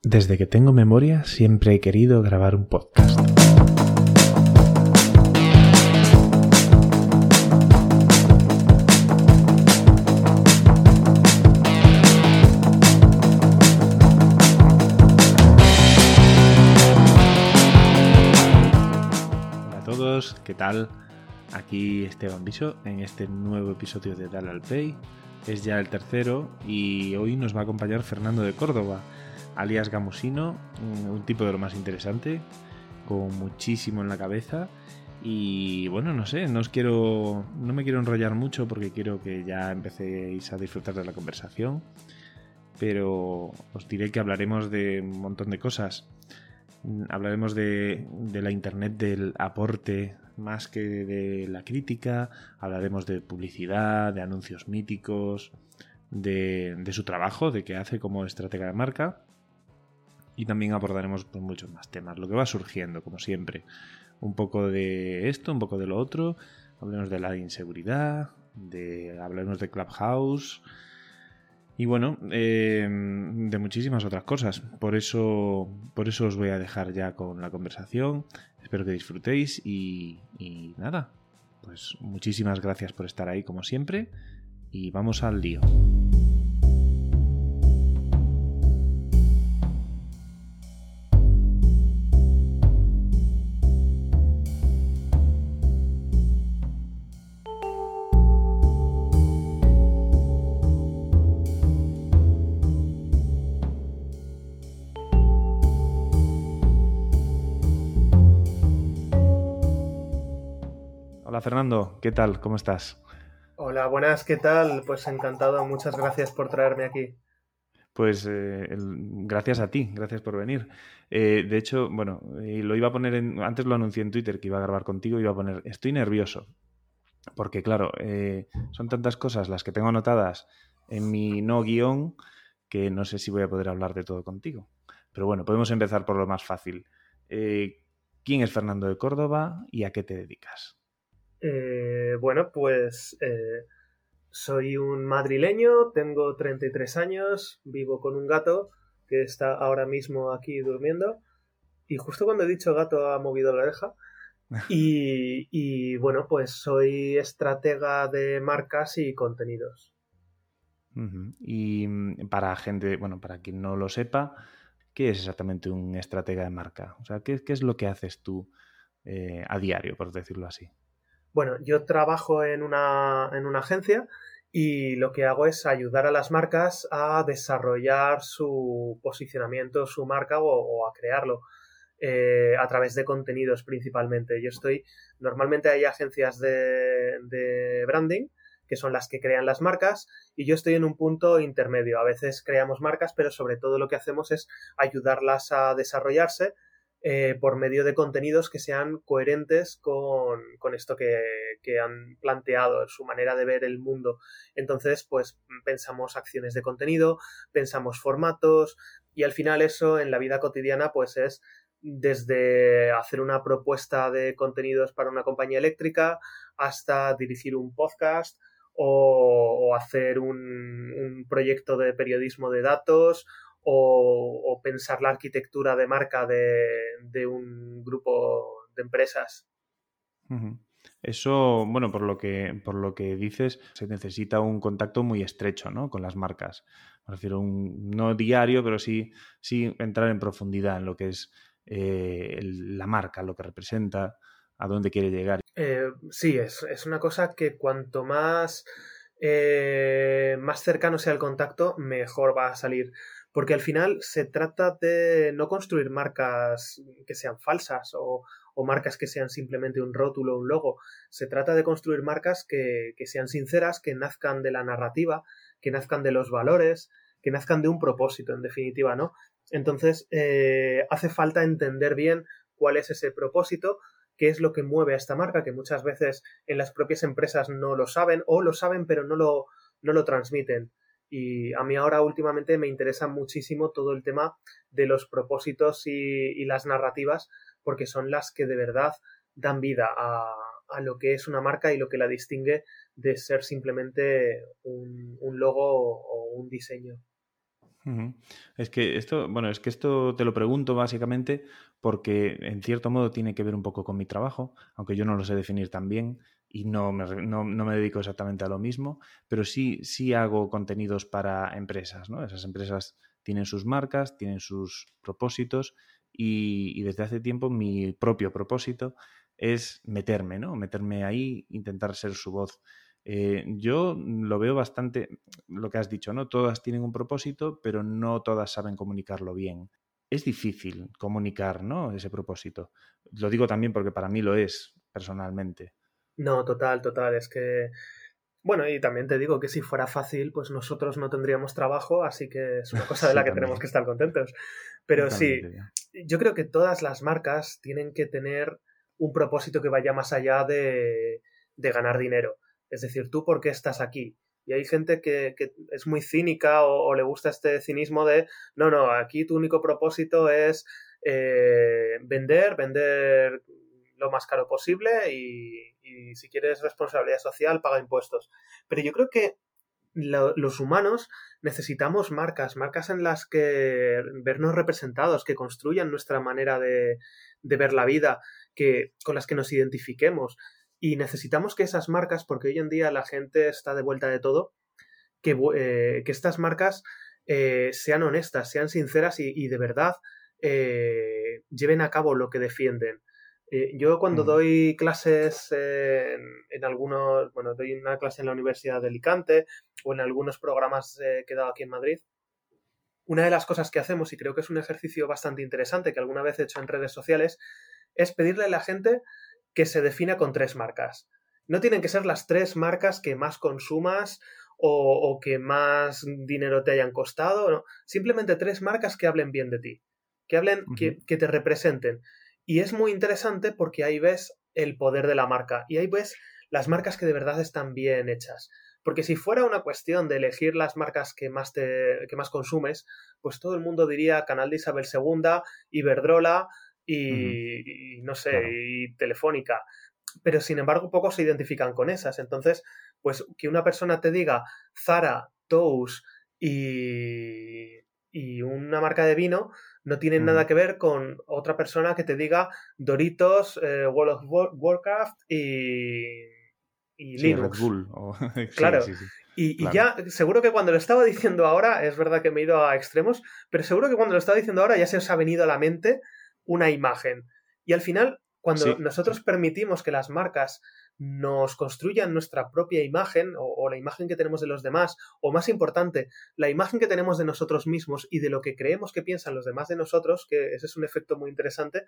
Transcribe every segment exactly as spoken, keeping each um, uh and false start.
Desde que tengo memoria siempre he querido grabar un podcast. Hola a todos, ¿qué tal? Aquí Esteban Viso en este nuevo episodio de Dale al Play. Es ya el tercero y hoy nos va a acompañar Fernando de Córdoba, alias Gamusino, un tipo de lo más interesante, con muchísimo en la cabeza. Y bueno, no sé, no os quiero, no me quiero enrollar mucho porque quiero que ya empecéis a disfrutar de la conversación, pero os diré que hablaremos de un montón de cosas. Hablaremos de, de la internet del aporte más que de la crítica, hablaremos de publicidad, de anuncios míticos, de, de su trabajo, de qué hace como estratega de marca. Y también abordaremos pues, muchos más temas, lo que va surgiendo, como siempre. Un poco de esto, un poco de lo otro. Hablemos de la inseguridad, de, hablaremos de Clubhouse y bueno, eh, de muchísimas otras cosas. Por eso, por eso os voy a dejar ya con la conversación. Espero que disfrutéis y, y nada, pues muchísimas gracias por estar ahí como siempre y vamos al lío. Hola Fernando, ¿qué tal? ¿Cómo estás? Hola, buenas, ¿qué tal? Pues encantado, muchas gracias por traerme aquí. Pues eh, el, gracias a ti, gracias por venir. Eh, de hecho, bueno, eh, lo iba a poner en, antes lo anuncié en Twitter que iba a grabar contigo, iba a poner, estoy nervioso, porque claro, eh, son tantas cosas las que tengo anotadas en mi no guión que no sé si voy a poder hablar de todo contigo. Pero bueno, podemos empezar por lo más fácil. Eh, ¿Quién es Fernando de Córdoba y a qué te dedicas? Eh, bueno, pues eh, soy un madrileño, tengo treinta y tres años, vivo con un gato que está ahora mismo aquí durmiendo y justo cuando he dicho gato ha movido la oreja y, y bueno, pues soy estratega de marcas y contenidos. Uh-huh. Y mm, para gente, bueno, para quien no lo sepa, ¿qué es exactamente un estratega de marca? O sea, ¿qué, qué es lo que haces tú eh, a diario, por decirlo así? Bueno, yo trabajo en una, en una agencia y lo que hago es ayudar a las marcas a desarrollar su posicionamiento, su marca o, o a crearlo eh, a través de contenidos principalmente. Yo estoy, normalmente hay agencias de, de branding que son las que crean las marcas y yo estoy en un punto intermedio. A veces creamos marcas, pero sobre todo lo que hacemos es ayudarlas a desarrollarse eh, por medio de contenidos que sean coherentes con, con esto que, que han planteado, su manera de ver el mundo. Entonces, pues pensamos acciones de contenido, pensamos formatos y al final eso en la vida cotidiana pues es desde hacer una propuesta de contenidos para una compañía eléctrica hasta dirigir un podcast o, o hacer un, un proyecto de periodismo de datos o, o pensar la arquitectura de marca de, de un grupo de empresas. Uh-huh. Eso, bueno, por lo que, por lo que dices, se necesita un contacto muy estrecho, ¿no? Con las marcas. Me refiero a un, no diario, pero sí, sí entrar en profundidad en lo que es eh, el- la marca, lo que representa, a dónde quiere llegar. Eh, sí, es, es una cosa que cuanto más, eh, más cercano sea el contacto, mejor va a salir. Porque al final se trata de no construir marcas que sean falsas o, o marcas que sean simplemente un rótulo o un logo. Se trata de construir marcas que, que sean sinceras, que nazcan de la narrativa, que nazcan de los valores, que nazcan de un propósito, en definitiva, ¿no? Entonces, eh, hace falta entender bien cuál es ese propósito, qué es lo que mueve a esta marca, que muchas veces en las propias empresas no lo saben o lo saben pero no lo, no lo transmiten. Y a mí ahora últimamente me interesa muchísimo todo el tema de los propósitos y, y las narrativas porque son las que de verdad dan vida a, a lo que es una marca y lo que la distingue de ser simplemente un, un logo o un diseño. Uh-huh. Es que esto, bueno, es que esto te lo pregunto básicamente porque en cierto modo tiene que ver un poco con mi trabajo, aunque yo no lo sé definir tan bien y no me, no, no me dedico exactamente a lo mismo, pero sí, sí hago contenidos para empresas, ¿no? Esas empresas tienen sus marcas, tienen sus propósitos y, y desde hace tiempo mi propio propósito es meterme, ¿no? Meterme ahí, intentar ser su voz. Eh, yo lo veo bastante, lo que has dicho, ¿no? Todas tienen un propósito, pero no todas saben comunicarlo bien. Es difícil comunicar, ¿no? Ese propósito. Lo digo también porque para mí lo es, personalmente. No, total, total. Es que, bueno, y también te digo que si fuera fácil, pues nosotros no tendríamos trabajo, así que es una cosa de Sí, la que tenemos también. que estar contentos. Pero sí, Totalmente. Ya. yo creo que todas las marcas tienen que tener un propósito que vaya más allá de, de ganar dinero. Es decir, tú, ¿por qué estás aquí? Y hay gente que, que es muy cínica o, o le gusta este cinismo de, no, no, aquí tu único propósito es eh, vender, vender lo más caro posible y, y si quieres responsabilidad social, paga impuestos. Pero yo creo que lo, los humanos necesitamos marcas, marcas en las que vernos representados, que construyan nuestra manera de, de ver la vida, que, con las que nos identifiquemos. Y necesitamos que esas marcas, porque hoy en día la gente está de vuelta de todo, que, eh, que estas marcas eh, sean honestas, sean sinceras y, y de verdad eh, lleven a cabo lo que defienden. Eh, yo cuando Mm. doy clases eh, en, en, algunos, bueno, doy una clase en la Universidad de Alicante o en algunos programas eh, que he dado aquí en Madrid, una de las cosas que hacemos, y creo que es un ejercicio bastante interesante que alguna vez he hecho en redes sociales, es pedirle a la gente que se defina con tres marcas. No tienen que ser las tres marcas que más consumas o, o que más dinero te hayan costado, no. Simplemente tres marcas que hablen bien de ti, que hablen, Uh-huh. que, que te representen. Y es muy interesante porque ahí ves el poder de la marca y ahí ves las marcas que de verdad están bien hechas. Porque si fuera una cuestión de elegir las marcas que más, te, que más consumes, pues todo el mundo diría Canal de Isabel segunda, Iberdrola Uh-huh. y, y no sé, Claro. y Telefónica. Pero sin embargo, pocos se identifican con esas. Entonces, pues que una persona te diga Zara, Tous y, y una marca de vino no tienen Uh-huh. nada que ver con otra persona que te diga Doritos, eh, World of War- Warcraft y, y Sí, Red Linux. Bull. O... sí, Claro. sí, sí. Y, y Claro. ya, seguro que cuando lo estaba diciendo ahora, es verdad que me he ido a extremos, pero seguro que cuando lo estaba diciendo ahora ya se os ha venido a la mente una imagen. Y al final, cuando Sí, sí. nosotros permitimos que las marcas nos construyan nuestra propia imagen o, o la imagen que tenemos de los demás, o más importante, la imagen que tenemos de nosotros mismos y de lo que creemos que piensan los demás de nosotros, que ese es un efecto muy interesante,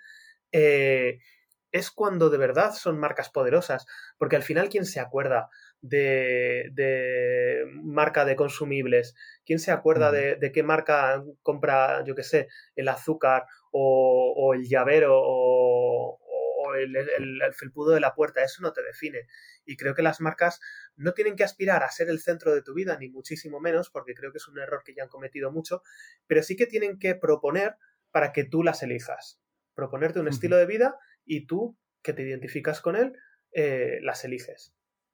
eh, es cuando de verdad son marcas poderosas, porque al final, ¿quién se acuerda de, de marca de consumibles? ¿Quién se acuerda Uh-huh. de, de qué marca compra, yo qué sé, el azúcar o, o el llavero o, o el, el, el felpudo de la puerta? Eso no te define. Y creo que las marcas no tienen que aspirar a ser el centro de tu vida, ni muchísimo menos, porque creo que es un error que ya han cometido mucho, pero sí que tienen que proponer para que tú las elijas. Proponerte un Uh-huh. estilo de vida y tú, que te identificas con él, eh, las eliges.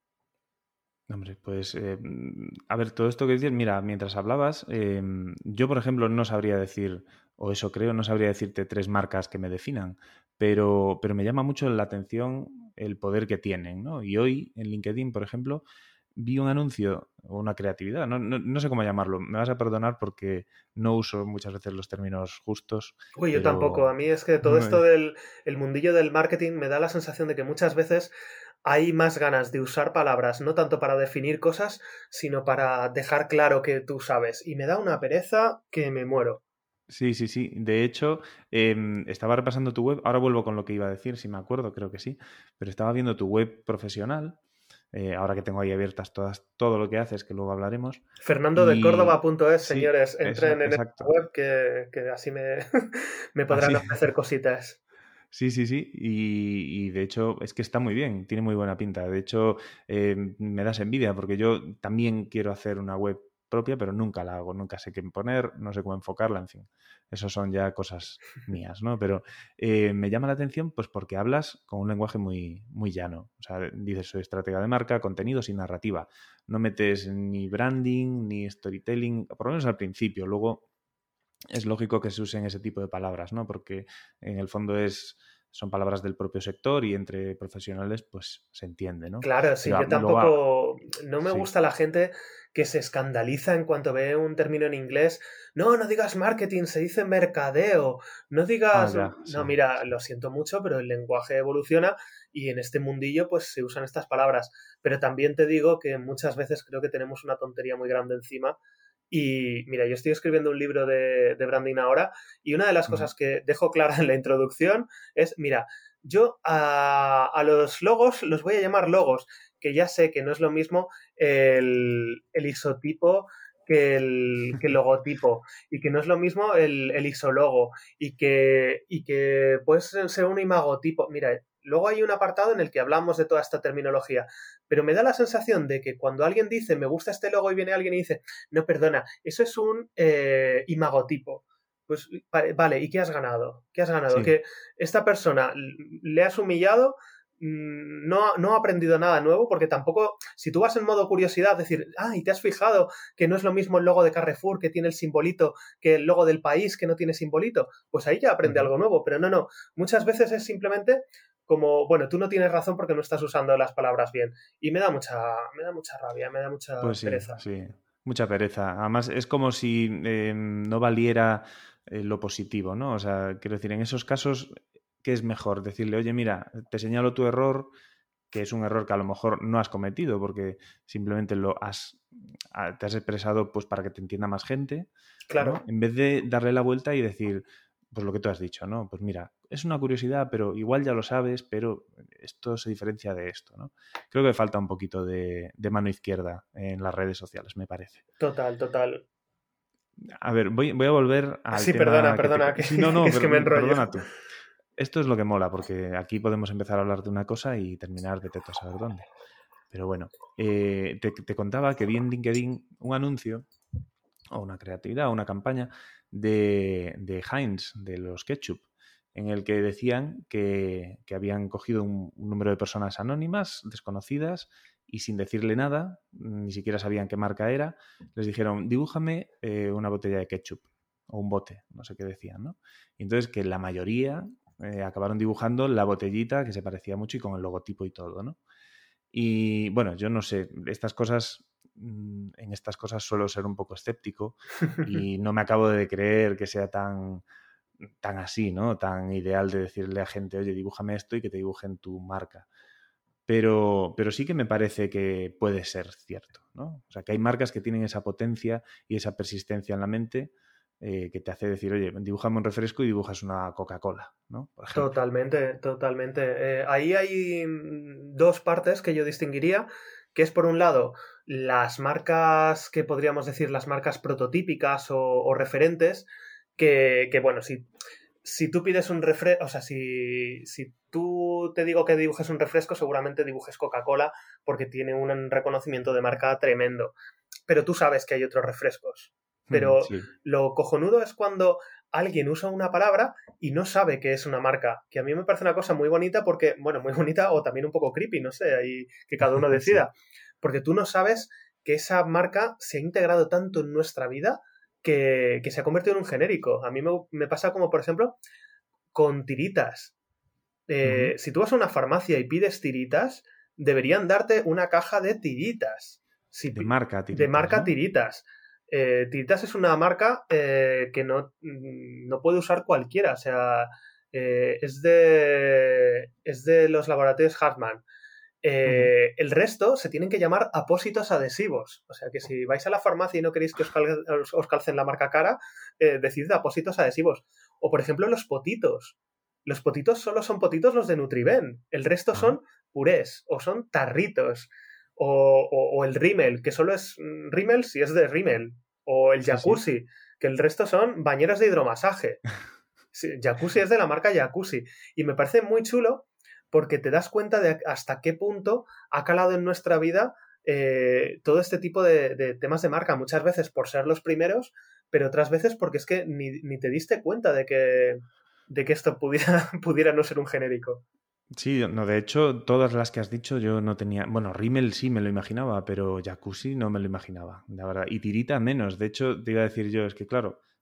Hombre, pues eh, a ver, todo esto que dices, mira, mientras hablabas, eh, yo por ejemplo no sabría decir, o eso creo, no sabría decirte tres marcas que me definan, pero, pero me llama mucho la atención el poder que tienen, ¿no? Y hoy en LinkedIn, por ejemplo, vi un anuncio o una creatividad, no, no, no sé cómo llamarlo, me vas a perdonar porque no uso muchas veces los términos justos, Uy, yo tampoco. pero... A mí es que todo esto del el mundillo del marketing me da la sensación de que muchas veces hay más ganas de usar palabras, no tanto para definir cosas, sino para dejar claro que tú sabes. Y me da una pereza que me muero. Sí, sí, sí. De hecho, eh, estaba repasando tu web. Ahora vuelvo con lo que iba a decir, si me acuerdo, creo que sí. Pero estaba viendo tu web profesional. Eh, ahora que tengo ahí abiertas todas, todo lo que haces, que luego hablaremos. Fernando de Y Córdoba punto es, sí, señores, entren esa- en esta exacto. web que, que así me, me podrán Así. ofrecer cositas. Sí, sí, sí. Y, y de hecho es que está muy bien, tiene muy buena pinta. De hecho, eh, me das envidia porque yo también quiero hacer una web propia, pero nunca la hago, nunca sé qué poner, no sé cómo enfocarla, en fin. Eso son ya cosas mías, ¿no? Pero eh, me llama la atención pues porque hablas con un lenguaje muy, muy llano. O sea, dices, soy estratega de marca, contenidos y narrativa. No metes ni branding, ni storytelling, por lo menos al principio. Luego es lógico que se usen ese tipo de palabras, ¿no? Porque en el fondo es, son palabras del propio sector y entre profesionales pues se entiende, ¿no? Claro, sí, Pero yo luego, ah, tampoco, no me sí, gusta la gente que se escandaliza en cuanto ve un término en inglés. No, no digas marketing, se dice mercadeo. No ah, digas, ya, no, sí, mira, sí. lo siento mucho, pero el lenguaje evoluciona y en este mundillo pues se usan estas palabras. Pero también te digo que muchas veces creo que tenemos una tontería muy grande encima. Y mira, yo estoy escribiendo un libro de, de branding ahora y una de las Ujú. cosas que dejo clara en la introducción es, mira, yo a, a los logos los voy a llamar logos, que ya sé que no es lo mismo el, el isotipo que el, que el logotipo y que no es lo mismo el, el isologo y que, y que puede ser un imagotipo. Mira, luego hay un apartado en el que hablamos de toda esta terminología, pero me da la sensación de que cuando alguien dice me gusta este logo y viene alguien y dice no, perdona, eso es un eh, imagotipo. Pues vale, ¿y qué has ganado? ¿Qué has ganado? Sí, Que esta persona le has humillado, no, no ha aprendido nada nuevo, porque tampoco, si tú vas en modo curiosidad, decir, ah, y te has fijado que no es lo mismo el logo de Carrefour que tiene el simbolito que el logo del país que no tiene simbolito, pues ahí ya aprende ujú. algo nuevo, pero no, no, muchas veces es simplemente como, bueno, tú no tienes razón porque no estás usando las palabras bien, y me da mucha, me da mucha rabia, me da mucha Pues sí, pereza. sí, mucha pereza. Además, es como si eh, no valiera eh, lo positivo, ¿no? O sea, quiero decir, en esos casos, ¿qué es mejor? Decirle, oye, mira, te señalo tu error, que es un error que a lo mejor no has cometido porque simplemente lo has, a- te has expresado pues para que te entienda más gente, Claro. ¿no? En vez de darle la vuelta y decir, pues lo que tú has dicho, ¿no? Pues mira, es una curiosidad, pero igual ya lo sabes, pero esto se diferencia de esto, ¿no? Creo que falta un poquito de, de mano izquierda en las redes sociales, me parece. Total, total. A ver, voy, voy a volver al Sí, perdona, tema que te... perdona, que, Sí, no, que no, es per- que me enrollo. perdona tú. Esto es lo que mola, porque aquí podemos empezar a hablar de una cosa y terminar de teto a saber dónde. Pero bueno, eh, te, te contaba que vi en LinkedIn un anuncio o una creatividad o una campaña de, de Heinz, de los ketchup, en el que decían que, que habían cogido un, un número de personas anónimas, desconocidas, y sin decirle nada, ni siquiera sabían qué marca era, les dijeron, dibújame eh, una botella de ketchup o un bote, no sé qué decían, ¿no? Y entonces que la mayoría eh, acabaron dibujando la botellita que se parecía mucho y con el logotipo y todo, ¿no? Y bueno, yo no sé, estas cosas, mm, en estas cosas suelo ser un poco escéptico y no me acabo de creer que sea tan, tan así, ¿no? Tan ideal de decirle a gente, oye, dibújame esto y que te dibujen tu marca. Pero, pero sí que me parece que puede ser cierto, ¿no? O sea, que hay marcas que tienen esa potencia y esa persistencia en la mente eh, que te hace decir, oye, dibújame un refresco y dibujas una Coca-Cola, ¿no? Por ejemplo. Totalmente, totalmente. Eh, ahí hay mm, dos partes que yo distinguiría, que es por un lado las marcas que podríamos decir las marcas prototípicas o, o referentes, que, que, bueno, si, si tú pides un refresco, o sea, si, si tú te digo que dibujes un refresco, seguramente dibujes Coca-Cola porque tiene un reconocimiento de marca tremendo, pero tú sabes que hay otros refrescos. Mm, Pero sí, lo cojonudo es cuando alguien usa una palabra y no sabe que es una marca, que a mí me parece una cosa muy bonita porque, bueno, muy bonita o también un poco creepy, no sé, ahí que cada uno sí. decida, porque tú no sabes que esa marca se ha integrado tanto en nuestra vida que, que se ha convertido en un genérico. A mí me, me pasa como, por ejemplo, con tiritas. Eh, Ujú. si tú vas a una farmacia y pides tiritas, deberían darte una caja de tiritas. Si, De marca, de tiritas, marca ¿no? tiritas. Eh, tiritas es una marca eh, que no, no puede usar cualquiera. O sea, eh, es, de, es de los laboratorios Hartmann. Ujú. Eh, el resto se tienen que llamar apósitos adhesivos. O sea que si vais a la farmacia y no queréis que os, cal os, os calcen la marca cara, eh, decid apósitos adhesivos. O por ejemplo los potitos. Los potitos solo son potitos los de Nutriben. El resto Ah, son purés o son tarritos. O, o, o el rímel, que solo es rímel si es de rímel. O el sí, sí. jacuzzi, que el resto son bañeros de hidromasaje. Sí, jacuzzi es de la marca Jacuzzi. Y me parece muy chulo porque te das cuenta de hasta qué punto ha calado en nuestra vida eh, todo este tipo de, de, temas de marca. Muchas veces por ser los primeros, pero otras veces porque es que ni, ni te diste cuenta de que, de que esto pudiera, pudiera no ser un genérico. Sí, no, de hecho, todas las que has dicho yo no tenía. Bueno, Rimmel sí me lo imaginaba, pero Jacuzzi no me lo imaginaba, la verdad. Y Tirita menos. De hecho, te iba a decir yo, es que claro,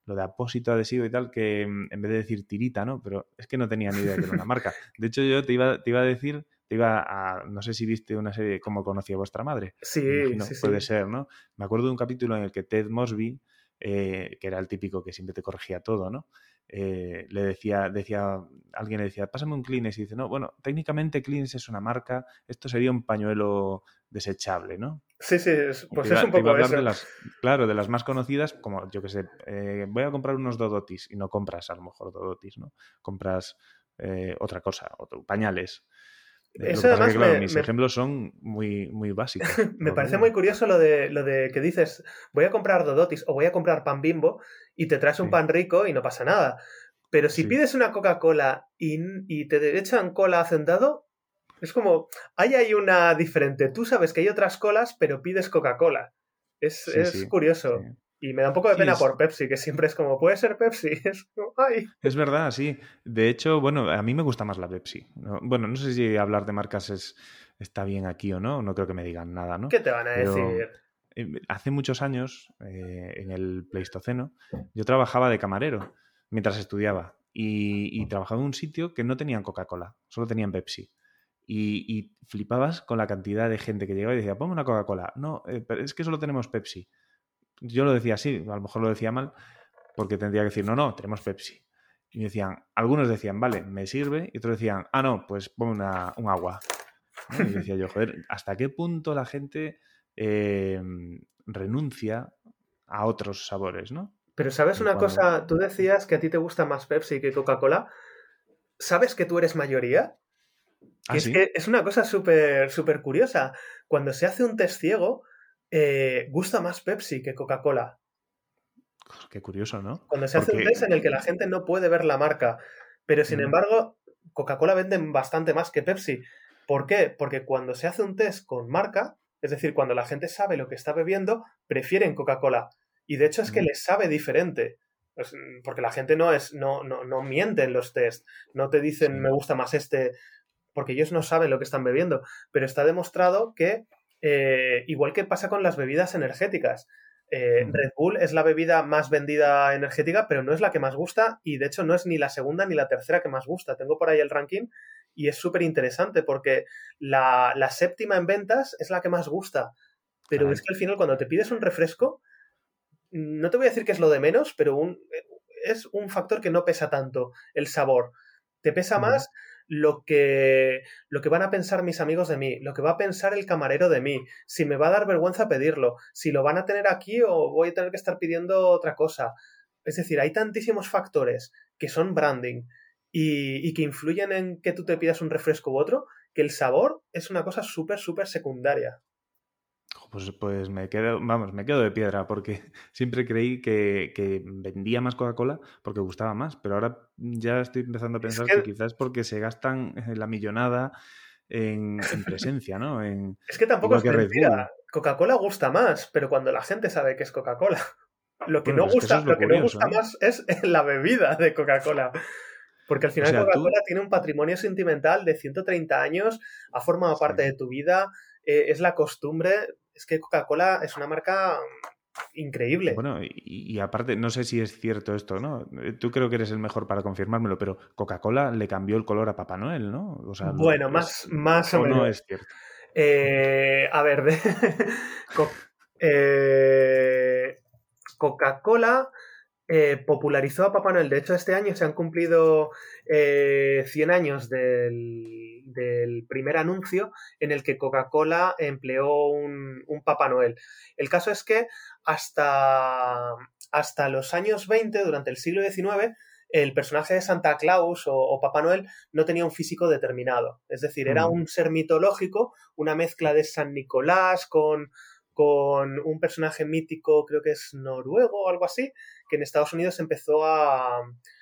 lo de apósito adhesivo y tal, que en vez de decir tirita, ¿no? Pero es que no tenía ni idea que era una marca. De hecho, yo te iba, te iba a decir, te iba a, no sé si viste una serie de Cómo conocía a vuestra madre. Sí, Me imagino, sí, sí. puede ser, ¿no? Me acuerdo de un capítulo en el que Ted Mosby, eh, que era el típico que siempre te corregía todo, ¿no? Eh, le decía, decía, alguien le decía, pásame un Kleenex, y dice, no, bueno, técnicamente Kleenex es una marca, esto sería un pañuelo desechable, ¿no? Sí, sí, es, Y pues te es iba, un te iba a poco hablar eso. de las, claro, de las más conocidas, como yo que sé, eh, voy a comprar unos Dodotis y no compras a lo mejor Dodotis, ¿no? Compras eh, otra cosa, otro, pañales. Eh, lo Eso que pasa que, además claro, me, mis me, ejemplos son muy, muy básicos, me por lo que parece muy veo. curioso lo de, lo de que dices, voy a comprar Dodotis o voy a comprar pan Bimbo y te traes un Sí, pan rico y no pasa nada. Pero si sí. pides una Coca-Cola y, y te echan cola hacendado, es como, ahí hay una diferente. Tú sabes que hay otras colas, pero pides Coca-Cola. Es, Sí, es sí, sí. curioso. Y me da un poco de Sí, pena es, por Pepsi, que siempre es como, ¿puede ser Pepsi? Es como, ay. es verdad, sí. De hecho, bueno, a mí me gusta más la Pepsi, ¿no? Bueno, no sé si hablar de marcas es, está bien aquí o no, no creo que me digan nada, ¿no? ¿Qué te van a Pero decir? eh, hace muchos años, eh, en el Pleistoceno, yo trabajaba de camarero mientras estudiaba y, y trabajaba en un sitio que no tenían Coca-Cola, solo tenían Pepsi. Y, y flipabas con la cantidad de gente que llegaba y decía, ponme una Coca-Cola. No, eh, pero es que solo tenemos Pepsi. Yo lo decía así, a lo mejor lo decía mal, porque tendría que decir, no, no, tenemos Pepsi. Y me decían, algunos decían, vale, me sirve, y otros decían, ah, no, pues ponme una, un agua, ¿no? Y decía yo, joder, ¿hasta qué punto la gente eh, renuncia a otros sabores, ¿no? Pero ¿sabes En una cuando... cosa? Tú decías que a ti te gusta más Pepsi que Coca-Cola. ¿Sabes que tú eres mayoría? Que Ah, es que sí, es una cosa súper, súper curiosa. Cuando se hace un test ciego, eh, gusta más Pepsi que Coca-Cola. qué curioso, ¿no? Cuando se hace un Porque... test en el que la gente no puede ver la marca. Pero sin mm, embargo, Coca-Cola venden bastante más que Pepsi. ¿Por qué? Porque cuando se hace un test con marca, es decir, cuando la gente sabe lo que está bebiendo, prefieren Coca-Cola. Y de hecho es que mm, les sabe diferente. Pues, porque la gente no es, no, no, no miente en los test. No te dicen me sí, gusta más este, porque ellos no saben lo que están bebiendo. Pero está demostrado que, eh, igual que pasa con las bebidas energéticas, eh, mm, Red Bull es la bebida más vendida energética, pero no es la que más gusta y de hecho no es ni la segunda ni la tercera que más gusta. Tengo por ahí el ranking y es súper interesante porque la, la séptima en ventas es la que más gusta. Pero es caray. que al final cuando te pides un refresco, no te voy a decir que es lo de menos, pero un, es un factor que no pesa tanto, el sabor. Te pesa Mm, más lo que, lo que van a pensar mis amigos de mí, lo que va a pensar el camarero de mí, si me va a dar vergüenza pedirlo, si lo van a tener aquí o voy a tener que estar pidiendo otra cosa. Es decir, hay tantísimos factores que son branding y, y que influyen en que tú te pidas un refresco u otro, que el sabor es una cosa súper, súper secundaria. Pues, pues me quedo, vamos, me quedo de piedra porque siempre creí que, que vendía más Coca-Cola porque gustaba más, pero ahora ya estoy empezando a Es pensar que que, quizás es porque se gastan eh, la millonada en, en presencia, ¿no? En, es que tampoco igual es que Red mentira. Bull. Coca-Cola gusta más, pero cuando la gente sabe que es Coca-Cola. Lo que Bueno, no pues es que eso gusta, es lo lo que no curioso, gusta ¿no? más es la bebida de Coca-Cola. Porque al O final sea, Coca-Cola tú, tiene un patrimonio sentimental de ciento treinta años, ha formado parte sí. de tu vida, eh, es la costumbre. Es que Coca-Cola es una marca increíble. Bueno, y, y aparte, no sé si es cierto esto, ¿no? Eh, Tú creo que eres el mejor para confirmármelo, pero Coca-Cola le cambió el color a Papá Noel, ¿no? O sea, lo- Bueno, es, más, más o o no menos. es cierto. Eh, a ver, de... Co- eh, Coca-Cola eh, popularizó a Papá Noel. De hecho, este año se han cumplido eh, cien años del, del primer anuncio en el que Coca-Cola empleó un, un Papá Noel. El caso es que hasta, hasta los años veinte, durante el siglo diecinueve, el personaje de Santa Claus o, o Papá Noel no tenía un físico determinado. Es decir, era Mm, un ser mitológico, una mezcla de San Nicolás con, con un personaje mítico, creo que es noruego o algo así, que en Estados Unidos empezó a,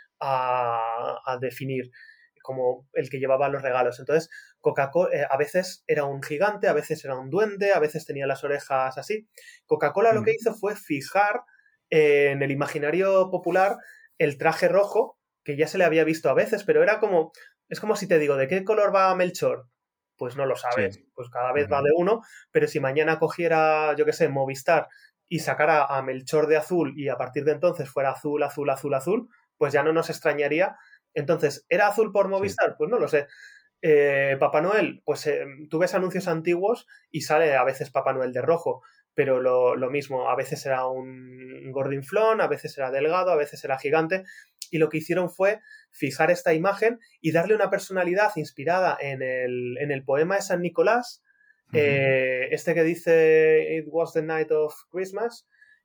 a, a definir como el que llevaba los regalos. Entonces, Coca-Cola eh, a veces era un gigante, a veces era un duende, a veces tenía las orejas así. Coca-Cola lo que mm. hizo fue fijar eh, en el imaginario popular el traje rojo, que ya se le había visto a veces, pero era como, es como si te digo, ¿de qué color va Melchor? Pues no lo Sí. sabes, pues cada vez va Ujú. de uno, pero si mañana cogiera, yo qué sé, Movistar y sacara a Melchor de azul y a partir de entonces fuera azul, azul, azul, azul, pues ya no nos extrañaría. Entonces, ¿era azul por Movistar? Sí. Pues no lo sé. Eh, Papá Noel, pues eh, tú ves anuncios antiguos y sale a veces Papá Noel de rojo, pero lo, lo mismo, a veces era un gordinflón, a veces era delgado, a veces era gigante, y lo que hicieron fue fijar esta imagen y darle una personalidad inspirada en el, en el poema de San Nicolás, uh-huh. eh, este que dice It was the night of Christmas,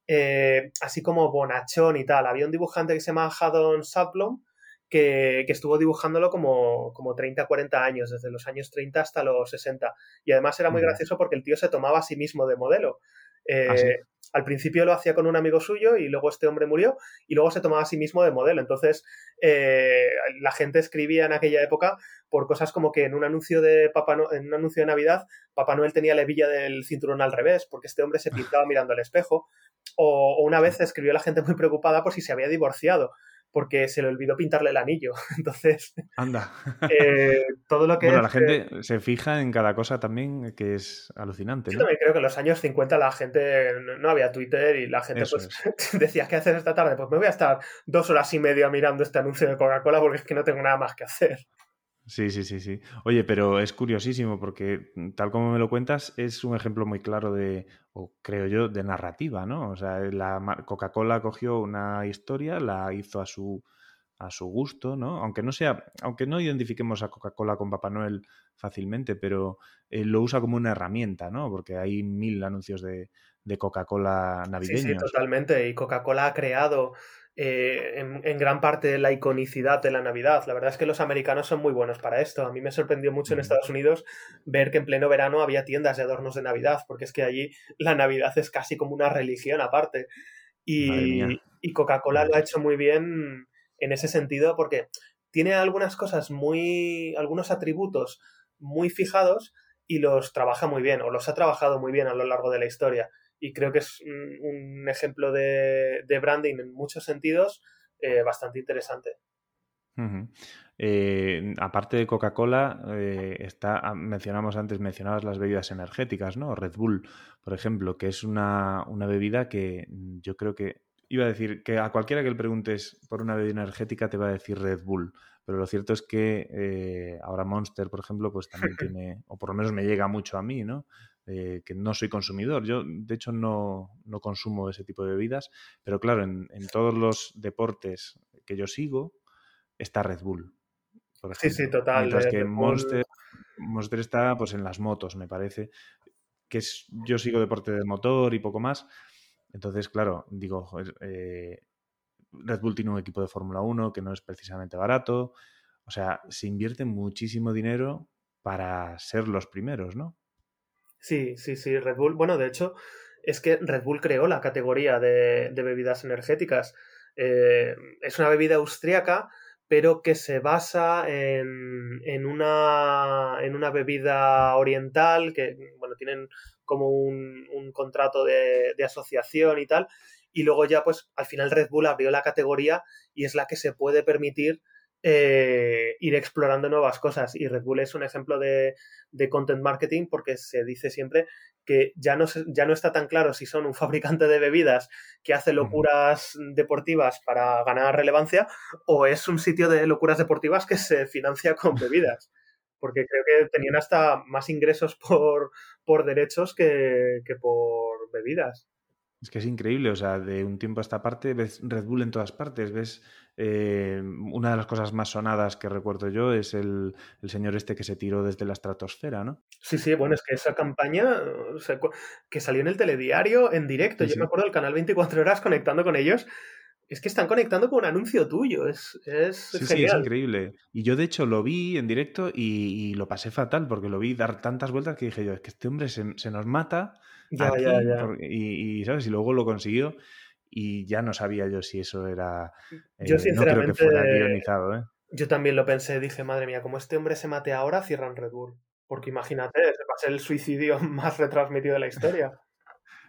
eh, así como bonachón y tal. Había un dibujante que se llama Haddon Saplon que, que estuvo dibujándolo como, como treinta, cuarenta años, desde los años treinta hasta los sesenta, y además era muy uh-huh. gracioso porque el tío se tomaba a sí mismo de modelo. Eh, ¿Ah, sí? Al principio lo hacía con un amigo suyo y luego este hombre murió y luego se tomaba a sí mismo de modelo. Entonces eh, la gente escribía en aquella época por cosas como que en un anuncio de Papá no- en un anuncio de Navidad Papá Noel tenía la hebilla del cinturón al revés porque este hombre se pintaba mirando al espejo, o, o una vez escribió la gente muy preocupada por si se había divorciado porque se le olvidó pintarle el anillo. Entonces, anda. eh, todo lo que bueno, es, la gente eh, se fija en cada cosa también, que es alucinante, yo ¿no? también creo que en los años cincuenta la gente, no, no había Twitter y la gente Eso pues es. decía, ¿qué haces esta tarde? Pues me voy a estar dos horas y media mirando este anuncio de Coca-Cola porque es que no tengo nada más que hacer. Sí, sí, sí, sí. Oye, pero es curiosísimo porque tal como me lo cuentas es un ejemplo muy claro de, o creo yo, de narrativa, ¿no? O sea, la mar- Coca-Cola cogió una historia, la hizo a su a su gusto, ¿no? Aunque no sea, aunque no identifiquemos a Coca-Cola con Papá Noel fácilmente, pero eh, lo usa como una herramienta, ¿no? Porque hay mil anuncios de, de Coca-Cola Sí, sí, navideños. totalmente. Y Coca-Cola ha creado eh, en, en gran parte la iconicidad de la Navidad. La verdad es que los americanos son muy buenos para esto. A mí me sorprendió mucho en Ujú. Estados Unidos ver que en pleno verano había tiendas de adornos de Navidad, porque es que allí la Navidad es casi como una religión aparte. Madre mía. Y, y Coca-Cola Ya lo ha ves. hecho muy bien en ese sentido porque tiene algunas cosas muy, algunos atributos muy fijados y los trabaja muy bien, o los ha trabajado muy bien a lo largo de la historia. Y creo que es un, un ejemplo de, de branding en muchos sentidos eh, bastante interesante. Ujú. Eh, aparte de Coca-Cola, eh, está, ah, mencionamos antes, mencionabas las bebidas energéticas, ¿no? Red Bull, por ejemplo, que es una, una bebida que mm, yo creo que, iba a decir que a cualquiera que le preguntes por una bebida energética te va a decir Red Bull, pero lo cierto es que eh, ahora Monster, por ejemplo, pues también tiene, o por lo menos me llega mucho a mí, ¿no? Eh, que no soy consumidor. Yo, de hecho, no, no consumo ese tipo de bebidas, pero claro, en, en todos los deportes que yo sigo, está Red Bull, por Sí, sí, ejemplo. total. Mientras eh, que Red Bull. Monster, Monster está pues en las motos, me parece. Que es, yo sigo deporte de motor y poco más. Entonces, claro, digo, joder, eh, Red Bull tiene un equipo de Fórmula uno que no es precisamente barato. O sea, se invierte muchísimo dinero para ser los primeros, ¿no? Sí, sí, sí, Red Bull. Bueno, de hecho, es que Red Bull creó la categoría de, de bebidas energéticas. Eh, es una bebida austríaca, pero que se basa en, en una, en una bebida oriental, que, bueno, tienen como un, un contrato de, de asociación y tal. Y luego ya, pues, al final Red Bull abrió la categoría y es la que se puede permitir eh, ir explorando nuevas cosas. Y Red Bull es un ejemplo de de content marketing porque se dice siempre que ya no, se, ya no está tan claro si son un fabricante de bebidas que hace locuras deportivas para ganar relevancia o es un sitio de locuras deportivas que se financia con bebidas. Porque creo que tenían hasta más ingresos por, por derechos que, que por bebidas. Es que es increíble, o sea, de un tiempo a esta parte ves Red Bull en todas partes, ves eh, una de las cosas más sonadas que recuerdo yo es el, el señor este que se tiró desde la estratosfera, ¿no? Sí, sí, bueno, es que esa campaña o sea, que salió en el telediario en directo, Sí, yo me sí. acuerdo del canal veinticuatro horas conectando con ellos, es que están conectando con un anuncio tuyo, es, es Sí, sí, es genial. increíble. Y yo, de hecho, lo vi en directo y, y lo pasé fatal porque lo vi dar tantas vueltas que dije yo, es que este hombre se, se nos mata Ya, ya, aquí ya. por- y, y, ¿sabes? Y luego lo consiguió y ya no sabía yo si eso era... Yo eh, no creo que sinceramente, fuera guionizado, ¿eh? yo también lo pensé, dije, madre mía, como este hombre se mate ahora, cierran Red Bull. Porque imagínate, ese va a ser el suicidio más retransmitido de la historia.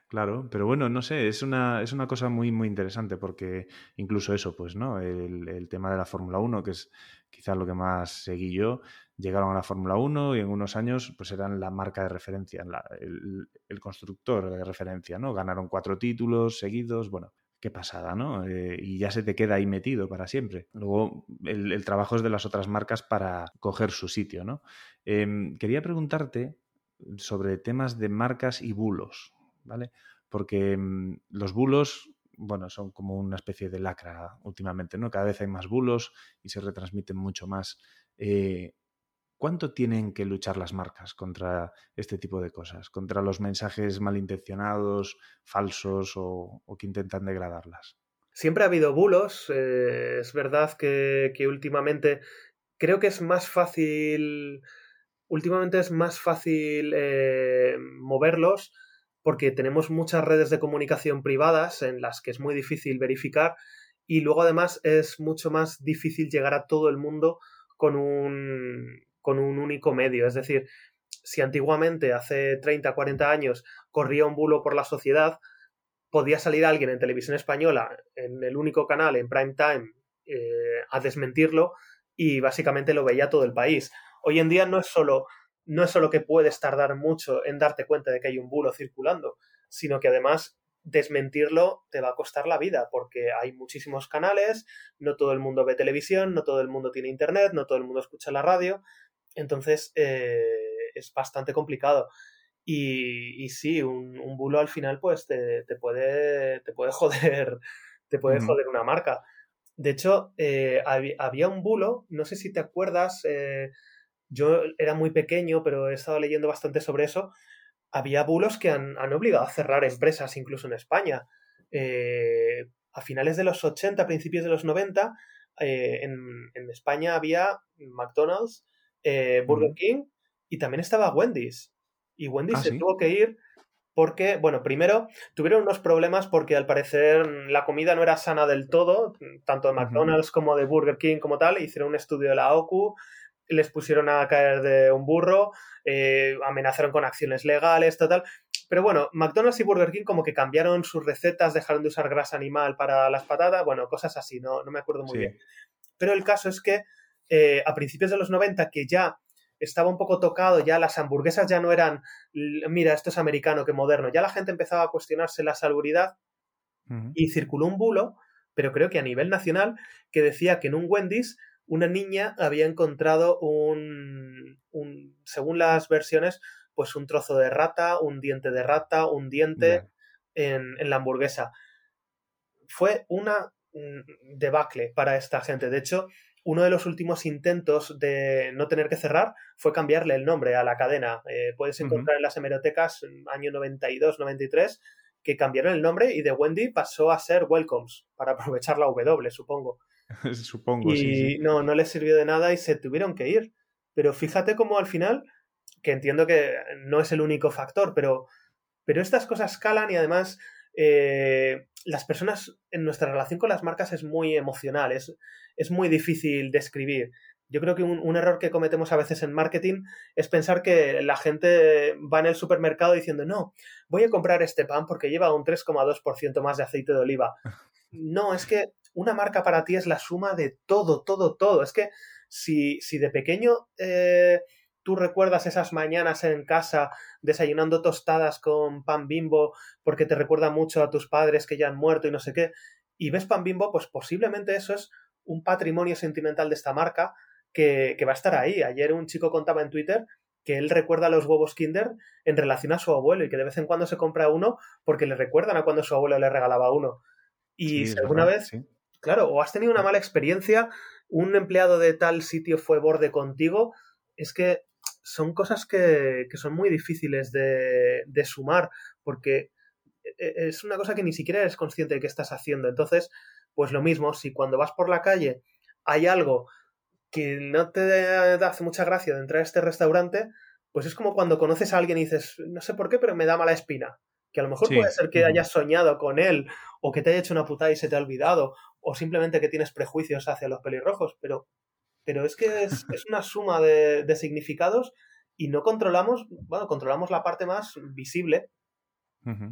Claro, pero bueno, no sé, es una, es una cosa muy, muy interesante porque incluso eso, pues, ¿no? El, el tema de la Fórmula Uno, que es quizás lo que más seguí yo, llegaron a la Fórmula Uno y en unos años pues eran la marca de referencia, la- el, el constructor de referencia, ¿no? Ganaron cuatro títulos seguidos, bueno, qué pasada, ¿no? Eh, y ya se te queda ahí metido para siempre. Luego, el, el trabajo es de las otras marcas para coger su sitio, ¿no? Em, quería preguntarte sobre temas de marcas y bulos, ¿vale? Porque mmm, los bulos, bueno, son como una especie de lacra últimamente, ¿no? Cada vez hay más bulos y se retransmiten mucho más. Eh, ¿Cuánto tienen que luchar las marcas contra este tipo de cosas? Contra los mensajes malintencionados, falsos o, o que intentan degradarlas. Siempre ha habido bulos, eh, es verdad que, que últimamente creo que es más fácil, últimamente es más fácil eh, moverlos porque tenemos muchas redes de comunicación privadas en las que es muy difícil verificar y luego además es mucho más difícil llegar a todo el mundo con un, con un único medio. Es decir, si antiguamente, hace treinta, cuarenta años, corría un bulo por la sociedad, podía salir alguien en televisión española, en el único canal, en prime time, eh, a desmentirlo y básicamente lo veía todo el país. Hoy en día no es solo, no es solo que puedes tardar mucho en darte cuenta de que hay un bulo circulando, sino que además desmentirlo te va a costar la vida porque hay muchísimos canales, no todo el mundo ve televisión, no todo el mundo tiene internet, no todo el mundo escucha la radio, entonces eh, es bastante complicado. Y, y sí, un, un bulo al final pues te, te puede te puede joder te puede Ujú. joder una marca. De hecho, eh, había, había un bulo, no sé si te acuerdas, eh, yo era muy pequeño, pero he estado leyendo bastante sobre eso. Había bulos que han, han obligado a cerrar empresas, incluso en España. Eh, a finales de los ochenta, principios de los noventa, eh, en, en España había McDonald's, eh, Burger Ujú. King y también estaba Wendy's. Y Wendy's Ah, se sí. tuvo que ir porque, bueno, primero tuvieron unos problemas porque al parecer la comida no era sana del todo, tanto de Ujú. McDonald's como de Burger King como tal. Hicieron un estudio de la O C U, les pusieron a caer de un burro, eh, amenazaron con acciones legales, total. Pero bueno, McDonald's y Burger King como que cambiaron sus recetas, dejaron de usar grasa animal para las patatas, bueno, cosas así, no, no me acuerdo muy bien. Sí. Pero el caso es que eh, a principios de los noventa, que ya estaba un poco tocado, ya las hamburguesas ya no eran, mira, esto es americano, que moderno, ya la gente empezaba a cuestionarse la salubridad Ujú. y circuló un bulo, pero creo que a nivel nacional, que decía que en un Wendy's una niña había encontrado un, un según las versiones, pues un trozo de rata, un diente de rata, un diente Ya. en, en la hamburguesa. Fue una mm, debacle para esta gente. De hecho, uno de los últimos intentos de no tener que cerrar fue cambiarle el nombre a la cadena. Eh, puedes Ujú. encontrar en las hemerotecas, año noventa y dos, noventa y tres, que cambiaron el nombre y de Wendy pasó a ser Welcomes, para aprovechar la W, supongo. Supongo, sí, sí. Y no, no les sirvió de nada y se tuvieron que ir. Pero fíjate cómo al final, que entiendo que no es el único factor, pero pero estas cosas calan y además eh, las personas en nuestra relación con las marcas es muy emocional, es, es muy difícil de escribir. Yo creo que un, un, error que cometemos a veces en marketing es pensar que la gente va en el supermercado diciendo no, voy a comprar este pan porque lleva un tres coma dos por ciento más de aceite de oliva. No, es que una marca para ti es la suma de todo, todo, todo. Es que si, si de pequeño eh, tú recuerdas esas mañanas en casa desayunando tostadas con pan Bimbo porque te recuerda mucho a tus padres que ya han muerto y no sé qué, y ves pan Bimbo, pues posiblemente eso es un patrimonio sentimental de esta marca que, que va a estar ahí. Ayer un chico contaba en Twitter que él recuerda los huevos Kinder en relación a su abuelo y que de vez en cuando se compra uno porque le recuerdan a cuando su abuelo le regalaba uno. Y Sí, si es alguna verdad, vez, sí. claro, o has tenido una mala experiencia, un empleado de tal sitio fue borde contigo, es que son cosas que, que son muy difíciles de, de sumar, porque es una cosa que ni siquiera eres consciente de que estás haciendo. Entonces, pues lo mismo, si cuando vas por la calle hay algo que no te hace mucha gracia de entrar a este restaurante, pues es como cuando conoces a alguien y dices, no sé por qué, pero me da mala espina. Que a lo mejor puede Sí. ser que Ujú. hayas soñado con él, o que te haya hecho una putada y se te ha olvidado, o simplemente que tienes prejuicios hacia los pelirrojos, pero, pero es que es, es una suma de, de significados y no controlamos, bueno, controlamos la parte más visible. Ujú.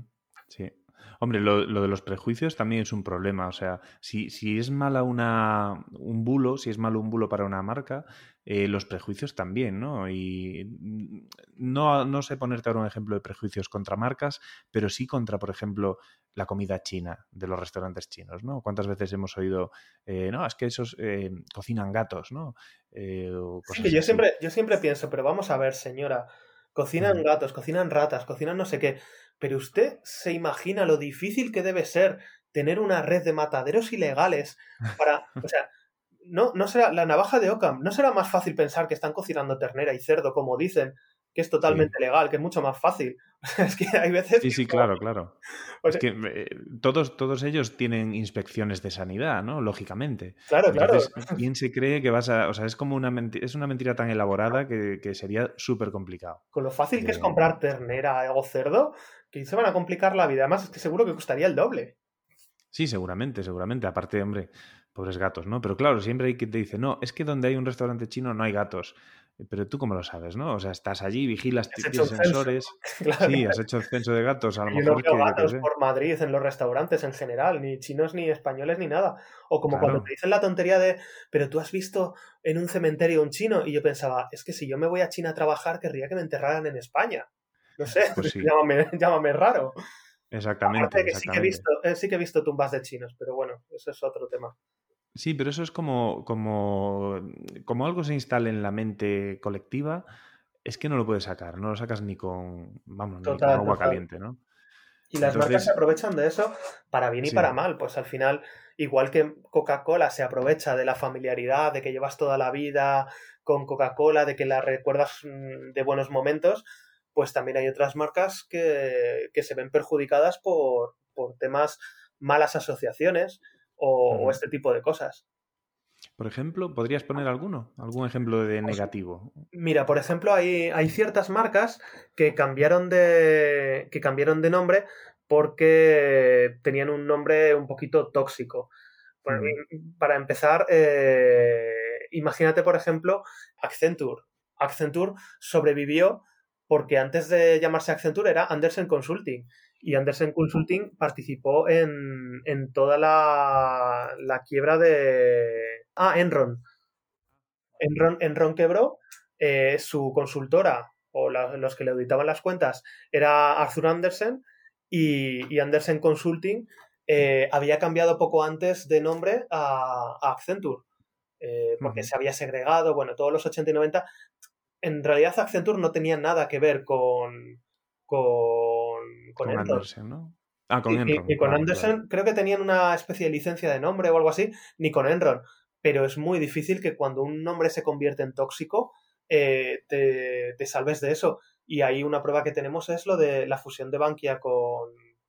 Sí. Hombre, lo, lo de los prejuicios también es un problema. O sea, si, si es mala una, un bulo, si es malo un bulo para una marca, eh, los prejuicios también, ¿no? Y mm, no, no sé ponerte ahora un ejemplo de prejuicios contra marcas, pero sí contra, por ejemplo, la comida china de los restaurantes chinos, ¿no? ¿Cuántas veces hemos oído, eh, no, es que esos eh, cocinan gatos, ¿no? Eh, o Sí, que cosas yo así. siempre, yo siempre pienso, pero vamos a ver, señora, cocinan Mm. gatos, cocinan ratas, cocinan no sé qué, pero usted se imagina lo difícil que debe ser tener una red de mataderos ilegales para, o sea, no, no será la navaja de Occam, no será más fácil pensar que están cocinando ternera y cerdo, como dicen, que es Sí. totalmente legal, que es mucho más fácil. O sea, es que hay veces Sí, que sí, como, claro, claro. o Es sea, que eh, todos, todos ellos tienen inspecciones de sanidad, ¿no? Lógicamente. claro, claro, Entonces, ¿quién se cree que vas a...? O sea, es como una mentira, es una mentira tan elaborada que, que sería súper complicado. con lo fácil que es De... comprar ternera o cerdo, que se van a complicar la vida. Además, es que seguro que costaría el doble. Sí, seguramente, seguramente. Aparte, hombre, pobres gatos, ¿no? Pero claro, siempre hay quien te dice, no, es que donde hay un restaurante chino no hay gatos. Pero tú cómo lo sabes, ¿no? O sea, estás allí, vigilas, Has t- hecho tienes un censo. sensores. Claro, Sí, has claro. hecho el censo de gatos. A lo Yo no mejor es veo que yo qué gatos sé. por Madrid en los restaurantes en general, ni chinos ni españoles ni nada. O como cuando te Claro, dicen la tontería de, pero tú has visto en un cementerio un chino, y yo pensaba, es que si yo me voy a China a trabajar, querría que me enterraran en España. No sé, pues sí, llámame, llámame raro. Aparte exactamente, de que sí que he exactamente. visto, eh, sí que he visto tumbas de chinos, pero bueno, eso es otro tema. Sí, pero eso es como, como, como algo se instala en la mente colectiva, es que no lo puedes sacar, no lo sacas ni con, vamos, ni con Total, agua total. caliente, ¿no? Y las marcas se Entonces, aprovechan de eso para bien y para sí, mal. Pues al final, igual que Coca-Cola se aprovecha de la familiaridad, de que llevas toda la vida con Coca-Cola, de que la recuerdas mm, de buenos momentos, pues también hay otras marcas que, que se ven perjudicadas por, por temas malas asociaciones o, o ujú. este tipo de cosas. Por ejemplo, ¿podrías poner alguno? ¿Algún ejemplo de Pues negativo? mira, por ejemplo, hay, hay ciertas marcas que cambiaron de, que cambiaron de nombre porque tenían un nombre un poquito tóxico. Bueno, Ujú, para empezar, eh, imagínate, por ejemplo, Accenture. Accenture sobrevivió porque antes de llamarse Accenture era Andersen Consulting. Y Andersen Consulting participó en, en toda la, la quiebra de... Ah, Enron. Enron, Enron quebró, eh, su consultora o la, los que le auditaban las cuentas era Arthur Andersen y, y Andersen Consulting eh, había cambiado poco antes de nombre a, a Accenture eh, porque ujú. se había segregado, bueno, todos los ochenta y noventa. En realidad Accenture no tenía nada que ver con, con, con Con Enron. Andersen, ¿no? Ah, con Sí, ni, Enron, ni con claro, claro. Anderson, creo que tenían una especie de licencia de nombre o algo así, ni con Enron. Pero es muy difícil que cuando un nombre se convierte en tóxico, eh, te, te salves de eso. Y ahí una prueba que tenemos es lo de la fusión de Bankia con,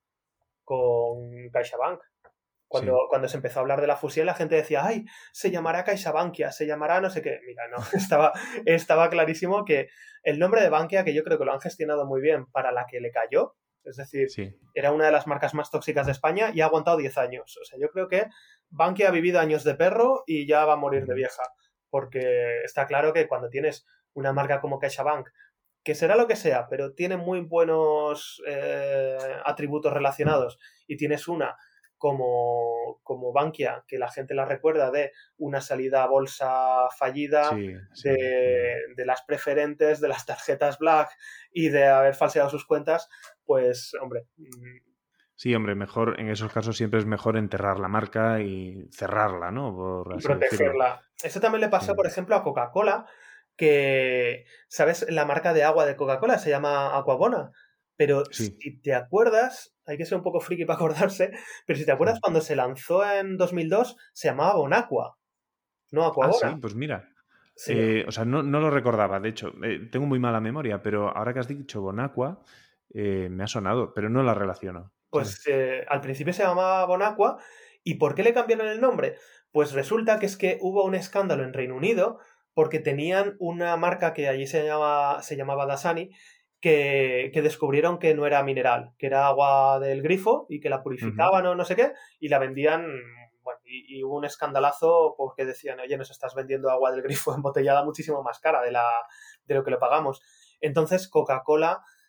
con CaixaBank. Cuando, Sí. cuando se empezó a hablar de la fusión, la gente decía, ay, se llamará CaixaBankia, se llamará no sé qué. Mira, no, estaba, estaba clarísimo que el nombre de Bankia, que yo creo que lo han gestionado muy bien para la que le cayó, es decir, Sí. era una de las marcas más tóxicas de España y ha aguantado diez años. O sea, yo creo que Bankia ha vivido años de perro y ya va a morir de Ujú. vieja. Porque está claro que cuando tienes una marca como CaixaBank, que será lo que sea, pero tiene muy buenos eh, atributos relacionados, y tienes una como, como Bankia, que la gente la recuerda de una salida a bolsa fallida, Sí, sí. de, Mm. de las preferentes, de las tarjetas Black y de haber falseado sus cuentas, pues, hombre, Sí, hombre, mejor, en esos casos siempre es mejor enterrar la marca y cerrarla, ¿no? Por y así decirlo. protegerla. Eso también le pasó, Sí. por ejemplo, a Coca-Cola, que, ¿sabes? La marca de agua de Coca-Cola se llama Aquabona. Pero Sí. si te acuerdas, hay que ser un poco friki para acordarse, pero si te acuerdas, Mm. cuando se lanzó en dos mil dos, se llamaba Bonaqua, no Ah, Aquabona. sí, pues mira. Se llama- Eh, o sea, no, no lo recordaba, de hecho, eh, tengo muy mala memoria, pero ahora que has dicho Bonacqua, eh, me ha sonado, pero no la relaciono, Pues ¿sabes? eh, al principio se llamaba Bonaqua. ¿Y por qué le cambiaron el nombre? Pues resulta que es que hubo un escándalo en Reino Unido porque tenían una marca que allí se llamaba, se llamaba Dasani, que, que descubrieron que no era mineral, que era agua del grifo y que la Ujú. purificaban o no sé qué, y la vendían. Bueno, y, y hubo un escandalazo porque decían, oye, nos estás vendiendo agua del grifo embotellada muchísimo más cara de, la, de lo que lo pagamos. Entonces Coca-Cola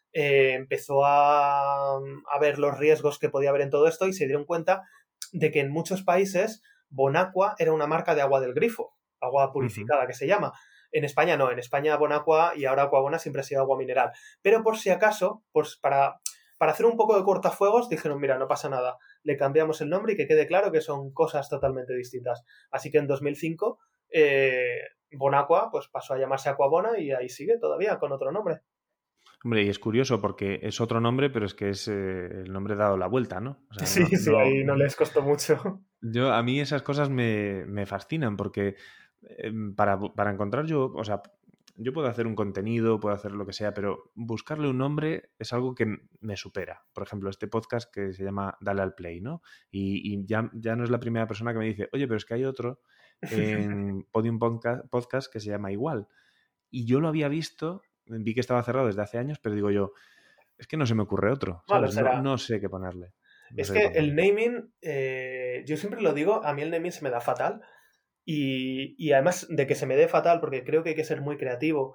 eh, empezó a, a ver los riesgos que podía haber en todo esto y se dieron cuenta de que en muchos países Bonaqua era una marca de agua del grifo, agua purificada uh-huh. que se llama. En España no, en España Bonaqua y ahora Aquabona siempre ha sido agua mineral. Pero por si acaso, pues para, para hacer un poco de cortafuegos, dijeron, mira, no pasa nada, le cambiamos el nombre y que quede claro que son cosas totalmente distintas. Así que en dos mil cinco eh, Bonaqua pues pasó a llamarse Aquabona y ahí sigue todavía con otro nombre. Hombre, y es curioso porque es otro nombre, pero es que es eh, el nombre dado la vuelta, ¿no? O sea, sí, no, sí, no, ahí no les costó mucho. Yo, a mí esas cosas me, me fascinan porque eh, para, para encontrar yo, o sea, yo puedo hacer un contenido, puedo hacer lo que sea, pero buscarle un nombre es algo que me supera. Por ejemplo, este podcast que se llama Dale al Play, ¿no? Y, y ya, ya no es la primera persona que me dice, oye, pero es que hay otro en Podium Podcast que se llama igual. Y yo lo había visto, vi que estaba cerrado desde hace años, pero digo yo, es que no se me ocurre otro, ¿sabes? Bueno, no, no sé qué ponerle. No es sé que qué ponerle. el naming, eh, yo siempre lo digo, a mí el naming se me da fatal. Y, y además de que se me dé fatal, porque creo que hay que ser muy creativo,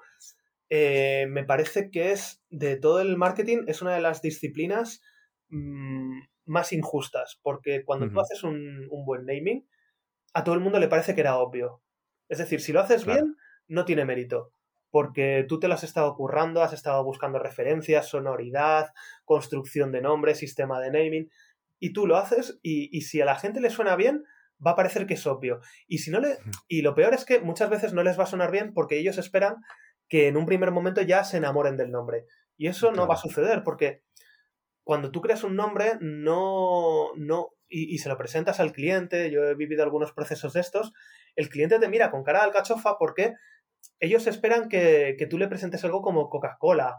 eh, me parece que es, de todo el marketing, es una de las disciplinas mmm, más injustas, porque cuando uh-huh. tú haces un, un buen naming, a todo el mundo le parece que era obvio. Es decir, si lo haces claro. bien, no tiene mérito, porque tú te lo has estado currando, has estado buscando referencias, sonoridad, construcción de nombre, sistema de naming, y tú lo haces, y, y si a la gente le suena bien, va a parecer que es obvio. Y si no le. Y lo peor es que muchas veces no les va a sonar bien porque ellos esperan que en un primer momento ya se enamoren del nombre. Y eso claro. no va a suceder, porque cuando tú creas un nombre, no. no y, y se lo presentas al cliente, yo he vivido algunos procesos de estos, el cliente te mira con cara de alcachofa porque ellos esperan que, que tú le presentes algo como Coca-Cola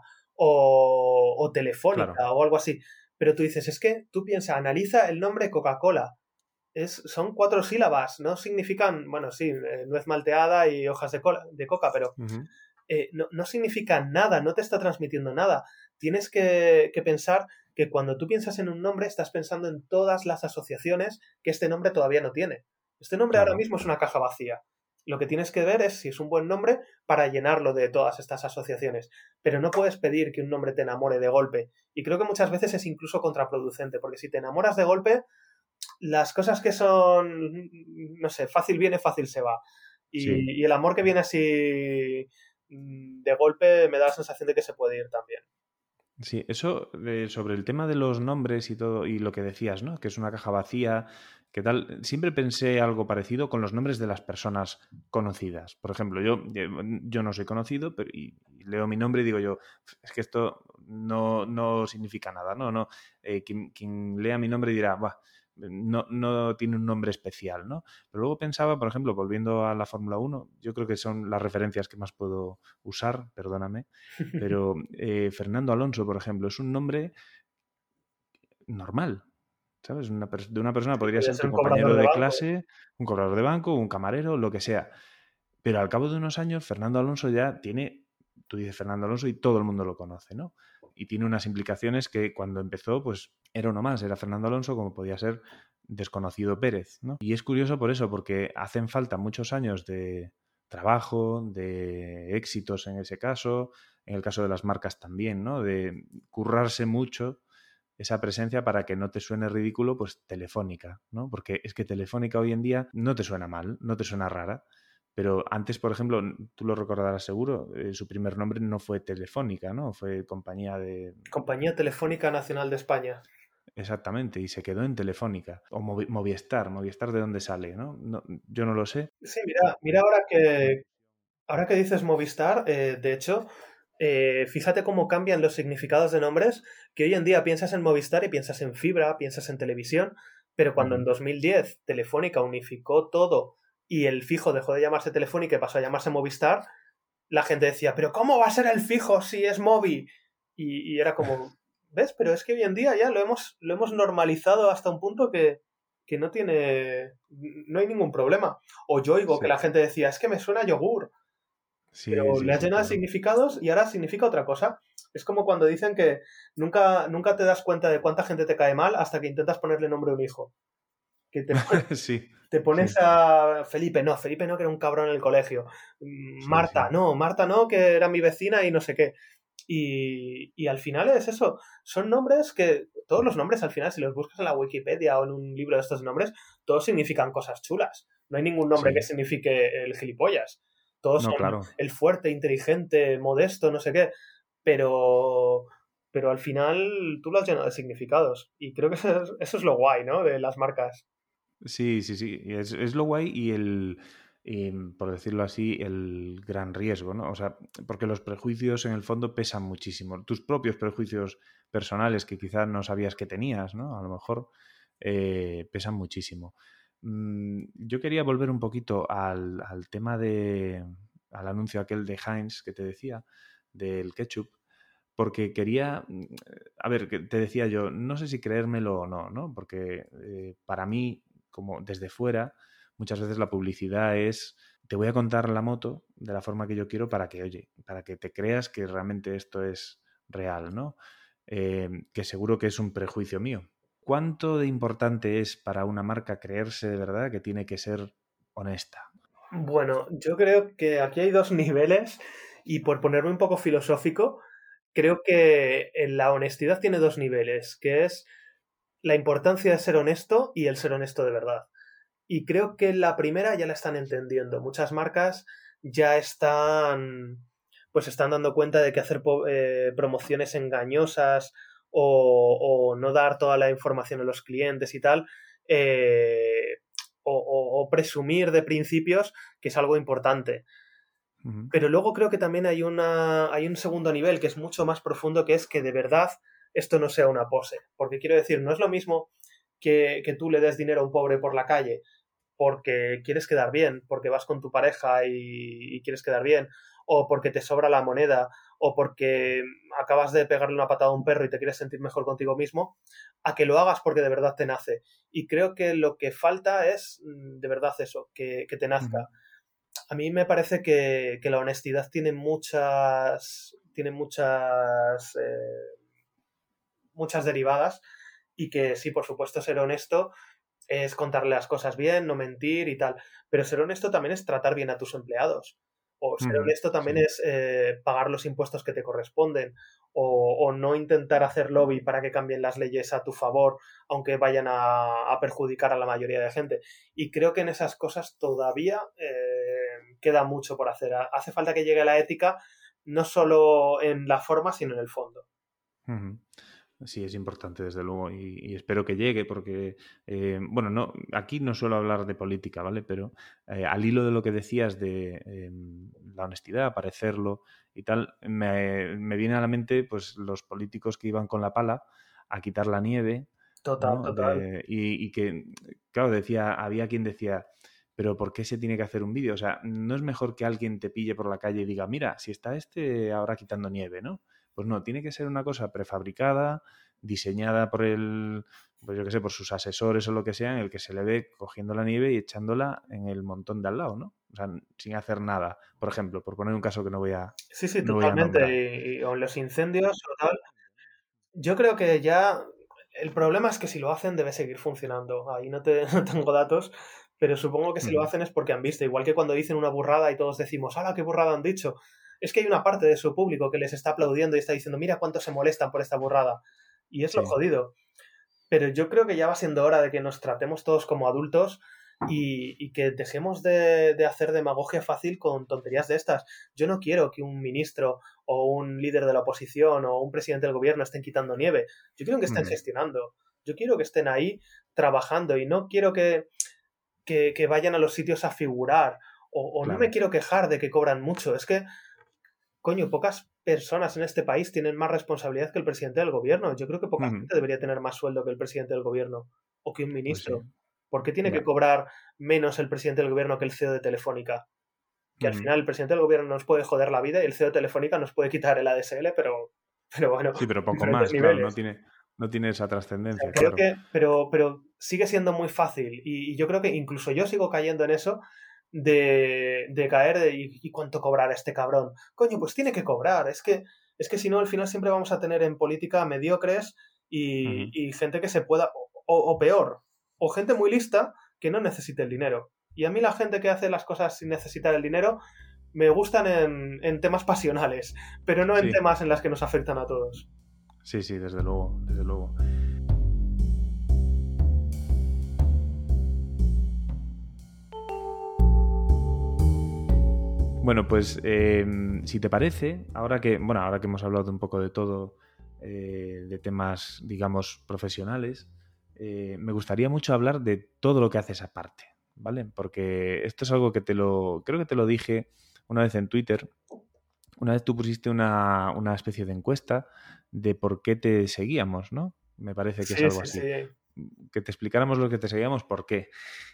o, o Telefónica claro. o algo así. Pero tú dices, es que tú piensa, analiza el nombre Coca-Cola. Es, son cuatro sílabas, no significan, bueno, sí, eh, nuez malteada y hojas de, cola, de coca, pero uh-huh. eh, no, no significa nada, no te está transmitiendo nada. Tienes que, que pensar que cuando tú piensas en un nombre, estás pensando en todas las asociaciones que este nombre todavía no tiene. Este nombre claro. ahora mismo es una caja vacía. Lo que tienes que ver es si es un buen nombre para llenarlo de todas estas asociaciones. Pero no puedes pedir que un nombre te enamore de golpe. Y creo que muchas veces es incluso contraproducente, porque si te enamoras de golpe, las cosas que son, no sé, fácil viene, fácil se va. Y, sí. y el amor que viene así de golpe me da la sensación de que se puede ir también. Sí, eso eh, sobre el tema de los nombres y todo, y lo que decías, ¿no? Que es una caja vacía, que tal. Siempre pensé algo parecido con los nombres de las personas conocidas. Por ejemplo, yo, yo no soy conocido, pero y, y leo mi nombre y digo yo, es que esto no, no significa nada, ¿no? no eh, quien, quien lea mi nombre dirá, bah, no, no tiene un nombre especial, ¿no? Pero luego pensaba, por ejemplo, volviendo a la Fórmula uno, yo creo que son las referencias que más puedo usar, perdóname, pero eh, Fernando Alonso, por ejemplo, es un nombre normal, ¿sabes? Una, de una persona podría ser tu compañero de clase, un cobrador de banco, un camarero, lo que sea. Pero al cabo de unos años, Fernando Alonso ya tiene, tú dices Fernando Alonso y todo el mundo lo conoce, ¿no? Y tiene unas implicaciones que cuando empezó, pues era uno más, era Fernando Alonso, como podía ser Desconocido Pérez, ¿no? Y es curioso por eso, porque hacen falta muchos años de trabajo, de éxitos en ese caso, en el caso de las marcas también, ¿no? De currarse mucho esa presencia para que no te suene ridículo, pues Telefónica, ¿no? Porque es que Telefónica hoy en día no te suena mal, no te suena rara. Pero antes, por ejemplo, tú lo recordarás seguro, eh, su primer nombre no fue Telefónica, ¿no? Fue Compañía de... Compañía Telefónica Nacional de España. Exactamente, y se quedó en Telefónica. O Movi Movistar, Movistar de dónde sale, ¿no? no yo no lo sé. Sí, mira, mira ahora que, ahora que dices Movistar, eh, de hecho, eh, fíjate cómo cambian los significados de nombres, que hoy en día piensas en Movistar y piensas en fibra, piensas en televisión, pero cuando uh-huh. en dos mil diez Telefónica unificó todo y el fijo dejó de llamarse Telefónica y pasó a llamarse Movistar, la gente decía, pero ¿cómo va a ser el fijo si es Movi? Y, y era como, ¿ves? Pero es que hoy en día ya lo hemos, lo hemos normalizado hasta un punto que, que no tiene, no hay ningún problema. O Yoigo, sí. que la gente decía, es que me suena yogur. Sí, pero sí, le has sí, llenado de claro. significados y ahora significa otra cosa. Es como cuando dicen que nunca, nunca te das cuenta de cuánta gente te cae mal hasta que intentas ponerle nombre a un hijo. Que te, pones, sí, te pones sí. a Felipe, no, Felipe no, que era un cabrón en el colegio. Sí, Marta, sí. no, Marta no, que era mi vecina y no sé qué. Y, y al final es eso, son nombres que, todos los nombres al final, si los buscas en la Wikipedia o en un libro de estos nombres, todos significan cosas chulas. No hay ningún nombre Sí. que signifique el gilipollas. Todos No, son claro. el fuerte, inteligente, modesto, no sé qué. Pero, pero al final tú lo has llenado de significados. Y creo que eso es, eso es lo guay, ¿no? De las marcas. Sí, sí, sí. Es, es lo guay y el, y, por decirlo así, el gran riesgo, ¿no? O sea, porque los prejuicios en el fondo pesan muchísimo. Tus propios prejuicios personales que quizás no sabías que tenías, ¿no? A lo mejor eh, pesan muchísimo. Mm, yo quería volver un poquito al, al tema de, al anuncio aquel de Heinz que te decía, del ketchup, porque quería, a ver, que te decía yo, no sé si creérmelo o no, ¿no? Porque eh, para mí, como desde fuera, muchas veces la publicidad es, te voy a contar la moto de la forma que yo quiero para que, oye, para que te creas que realmente esto es real, ¿no? Eh, que seguro que es un prejuicio mío. ¿Cuánto de importante es para una marca creerse de verdad que tiene que ser honesta? Bueno, yo creo que aquí hay dos niveles y por ponerme un poco filosófico, creo que la honestidad tiene dos niveles, que es la importancia de ser honesto y el ser honesto de verdad. Y creo que la primera ya la están entendiendo. Muchas marcas ya están, pues están dando cuenta de que hacer eh, promociones engañosas o, o, no dar toda la información a los clientes y tal, eh, o, o, o presumir de principios, que es algo importante. Uh-huh. Pero luego creo que también hay, una, hay un segundo nivel que es mucho más profundo, que es que de verdad esto no sea una pose. Porque quiero decir, no es lo mismo que, que tú le des dinero a un pobre por la calle porque quieres quedar bien, porque vas con tu pareja y, y quieres quedar bien, o porque te sobra la moneda, o porque acabas de pegarle una patada a un perro y te quieres sentir mejor contigo mismo, a que lo hagas porque de verdad te nace. Y creo que lo que falta es de verdad eso, que, que te nazca. Uh-huh. A mí me parece que, que la honestidad tiene muchas, tiene muchas, eh, muchas derivadas y que sí, por supuesto, ser honesto es contarle las cosas bien, no mentir y tal, pero ser honesto también es tratar bien a tus empleados. O ser Uh-huh. honesto también Sí. es eh, pagar los impuestos que te corresponden o, o no intentar hacer lobby para que cambien las leyes a tu favor, aunque vayan a, a perjudicar a la mayoría de gente. Y creo que en esas cosas todavía eh, queda mucho por hacer. Hace falta que llegue la ética no solo en la forma, sino en el fondo. Uh-huh. Sí, es importante, desde luego, y, y espero que llegue, porque, eh, bueno, no, aquí no suelo hablar de política, ¿vale? Pero eh, al hilo de lo que decías de eh, la honestidad, parecerlo y tal, me, me viene a la mente, pues, los políticos que iban con la pala a quitar la nieve, Total, ¿no? total. De, y, y que, claro, decía, había quien decía, pero ¿por qué se tiene que hacer un vídeo? O sea, no es mejor que alguien te pille por la calle y diga, mira, si está este ahora quitando nieve, ¿no? Pues no, tiene que ser una cosa prefabricada, diseñada por el, pues yo qué sé, por sus asesores o lo que sea, en el que se le ve cogiendo la nieve y echándola en el montón de al lado, ¿no? O sea, sin hacer nada. Por ejemplo, por poner un caso que no voy a, Sí, sí, no voy a totalmente. nombrar. Y, y con los incendios o tal, yo creo que ya el problema es que si lo hacen debe seguir funcionando. Ahí no, te, no tengo datos, pero supongo que si lo Uh-huh. hacen es porque han visto. Igual que cuando dicen una burrada y todos decimos, ¡hala, qué burrada han dicho! Es que hay una parte de su público que les está aplaudiendo y está diciendo, mira cuánto se molestan por esta burrada. Y es lo Sí. jodido. Pero yo creo que ya va siendo hora de que nos tratemos todos como adultos y, y que dejemos de, de hacer demagogia fácil con tonterías de estas. Yo no quiero que un ministro o un líder de la oposición o un presidente del gobierno estén quitando nieve. Yo quiero que estén Uh-huh. gestionando. Yo quiero que estén ahí trabajando y no quiero que, que, que vayan a los sitios a figurar o, o no me Claro. quiero quejar de que cobran mucho. Es que, coño, pocas personas en este país tienen más responsabilidad que el presidente del gobierno. Yo creo que poca Uh-huh. gente debería tener más sueldo que el presidente del gobierno o que un Pues sí. ministro. ¿Por qué tiene que Ya. cobrar menos el presidente del gobierno que el C E O de Telefónica? Que al Uh-huh. final el presidente del gobierno nos puede joder la vida y el C E O de Telefónica nos puede quitar el A D S L, pero, pero bueno, Sí, pero poco diferentes más, claro, no niveles. tiene, no tiene esa O sea, trascendencia, creo claro. que, pero, pero sigue siendo muy fácil y, y yo creo que incluso yo sigo cayendo en eso de, de caer de ¿y, y cuánto cobrar este cabrón? Coño, pues tiene que cobrar, es que, es que si no al final siempre vamos a tener en política mediocres y, Uh-huh. y gente que se pueda, o, o peor, o gente muy lista que no necesite el dinero. Y a mí la gente que hace las cosas sin necesitar el dinero me gustan en, en temas pasionales, pero no en Sí, temas en las que nos afectan a todos. sí, sí, desde luego, desde luego. Bueno, pues eh, si te parece, ahora que, bueno, ahora que hemos hablado un poco de todo, eh, de temas, digamos, profesionales, eh, me gustaría mucho hablar de todo lo que haces aparte, ¿vale? Porque esto es algo que te lo, creo que te lo dije una vez en Twitter. Una vez tú pusiste una, una especie de encuesta de por qué te seguíamos, ¿no? Me parece que es Sí, algo sí, sí. así. Que te explicáramos lo que te seguíamos, por qué.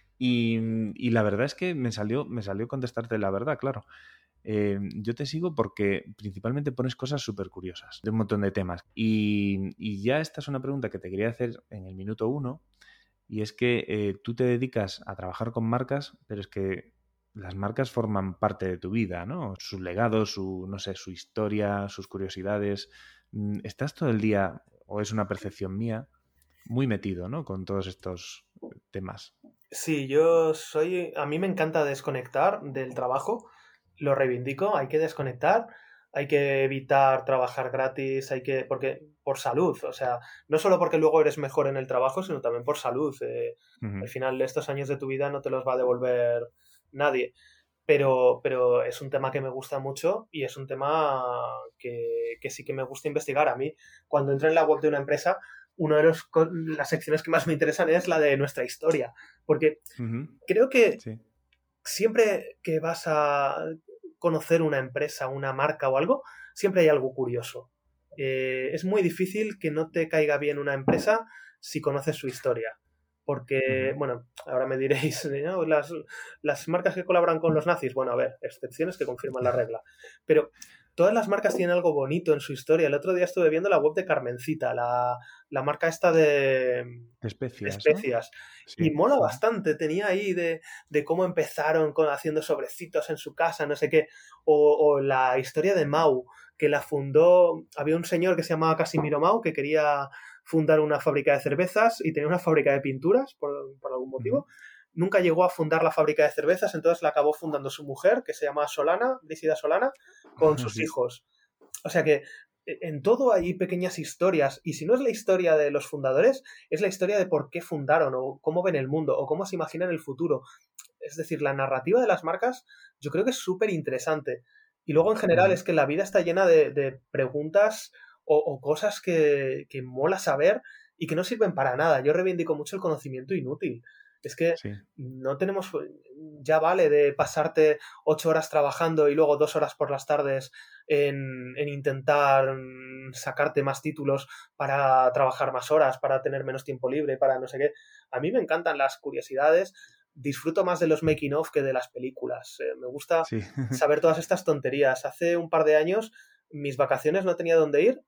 Y, y la verdad es que me salió, me salió contestarte la verdad, claro. Eh, yo te sigo porque principalmente pones cosas súper curiosas, de un montón de temas. Y, y ya esta es una pregunta que te quería hacer en el minuto uno, y es que eh, tú te dedicas a trabajar con marcas, pero es que las marcas forman parte de tu vida, ¿no? Su legado, su, no sé, su historia, sus curiosidades. Mm, Estás todo el día, o es una percepción mía, muy metido, ¿no? Con todos estos temas. Sí, yo soy, a mí me encanta desconectar del trabajo, lo reivindico, hay que desconectar, hay que evitar trabajar gratis, hay que, porque, por salud, o sea, no solo porque luego eres mejor en el trabajo, sino también por salud. Eh, al Ujú. final, estos años de tu vida no te los va a devolver nadie, pero, pero es un tema que me gusta mucho y es un tema que, que sí que me gusta investigar. A mí, cuando entro en la web de una empresa, una de los, las secciones que más me interesan es la de nuestra historia, porque Ujú. creo que Sí. siempre que vas a conocer una empresa, una marca o algo, siempre hay algo curioso. Eh, es muy difícil que no te caiga bien una empresa si conoces su historia. Porque, Ujú. bueno, ahora me diréis, ¿no? las, las marcas que colaboran con los nazis, bueno, a ver, excepciones que confirman la regla. Pero todas las marcas tienen algo bonito en su historia. El otro día estuve viendo la web de Carmencita, la, la marca esta de, De de especias, ¿no? especias. Sí. Y mola Ujú. bastante. Tenía ahí de, de cómo empezaron con, haciendo sobrecitos en su casa, no sé qué. O, o la historia de Mau, que la fundó. Había un señor que se llamaba Casimiro Mau que quería fundar una fábrica de cervezas y tenía una fábrica de pinturas por, por algún Ujú. motivo. Nunca llegó a fundar la fábrica de cervezas, entonces la acabó fundando su mujer, que se llama Solana, Brígida Solana, con sus Sí. hijos. O sea que en todo hay pequeñas historias, y si no es la historia de los fundadores, es la historia de por qué fundaron, o cómo ven el mundo, o cómo se imaginan el futuro. Es decir, la narrativa de las marcas yo creo que es súper interesante. Y luego en general Ujú. es que la vida está llena de, de preguntas o, o cosas que, que mola saber y que no sirven para nada. Yo reivindico mucho el conocimiento inútil. Es que Sí. no tenemos, ya vale de pasarte ocho horas trabajando y luego dos horas por las tardes en, en intentar sacarte más títulos para trabajar más horas, para tener menos tiempo libre, para no sé qué. A mí me encantan las curiosidades, disfruto más de los making of que de las películas. Eh, me gusta Sí. saber todas estas tonterías. Hace un par de años mis vacaciones no tenía dónde ir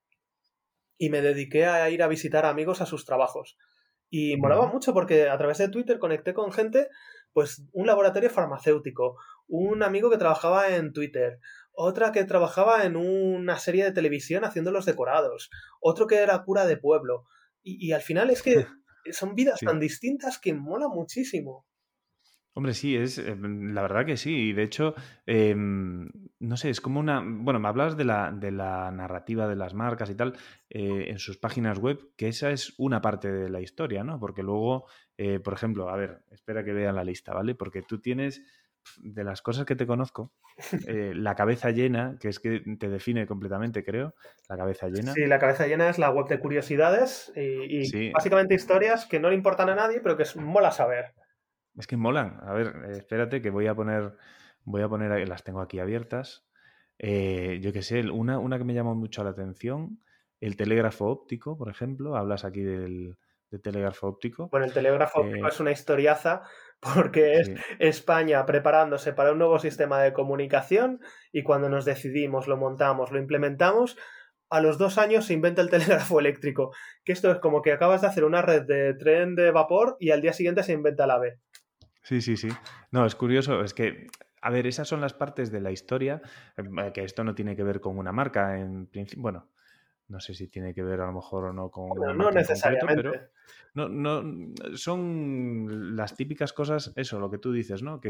y me dediqué a ir a visitar a amigos a sus trabajos. Y molaba Ujú. mucho porque a través de Twitter conecté con gente, pues un laboratorio farmacéutico, un amigo que trabajaba en Twitter, otra que trabajaba en una serie de televisión haciendo los decorados, otro que era cura de pueblo. Y, y al final es que son vidas Sí. tan distintas que mola muchísimo. Hombre, sí, es eh, la verdad que sí. Y de hecho, eh, no sé, es como una. Bueno, me hablabas de la, de la narrativa de las marcas y tal, eh, en sus páginas web, que esa es una parte de la historia, ¿no? Porque luego, eh, por ejemplo, a ver, espera que vean la lista, ¿vale? Porque tú tienes, pf, de las cosas que te conozco, eh, la cabeza llena, que es que te define completamente, creo, la cabeza llena. Sí, la cabeza llena es la web de curiosidades y, y Sí, básicamente historias que no le importan a nadie, pero que es mola saber. es que molan. A ver, eh, espérate que voy a poner, voy a poner, ahí- las tengo aquí abiertas. Eh, yo qué sé, una, una que me llamó mucho la atención, el telégrafo óptico, por ejemplo. Hablas aquí del, del telégrafo óptico. Bueno, el telégrafo óptico Eh, es una historiaza porque es sí, España preparándose para un nuevo sistema de comunicación y cuando nos decidimos, lo montamos, lo implementamos, a los dos años se inventa el telégrafo eléctrico. Que esto es como que acabas de hacer una red de tren de vapor y al día siguiente se inventa el AVE. sí, sí, sí. No, es curioso, es que, a ver, esas son las partes de la historia, eh, que esto no tiene que ver con una marca, en principio, bueno, no sé si tiene que ver a lo mejor o no con Bueno, una no marca en concreto, pero necesariamente. no, no, son las típicas cosas, eso, lo que tú dices, ¿no? Que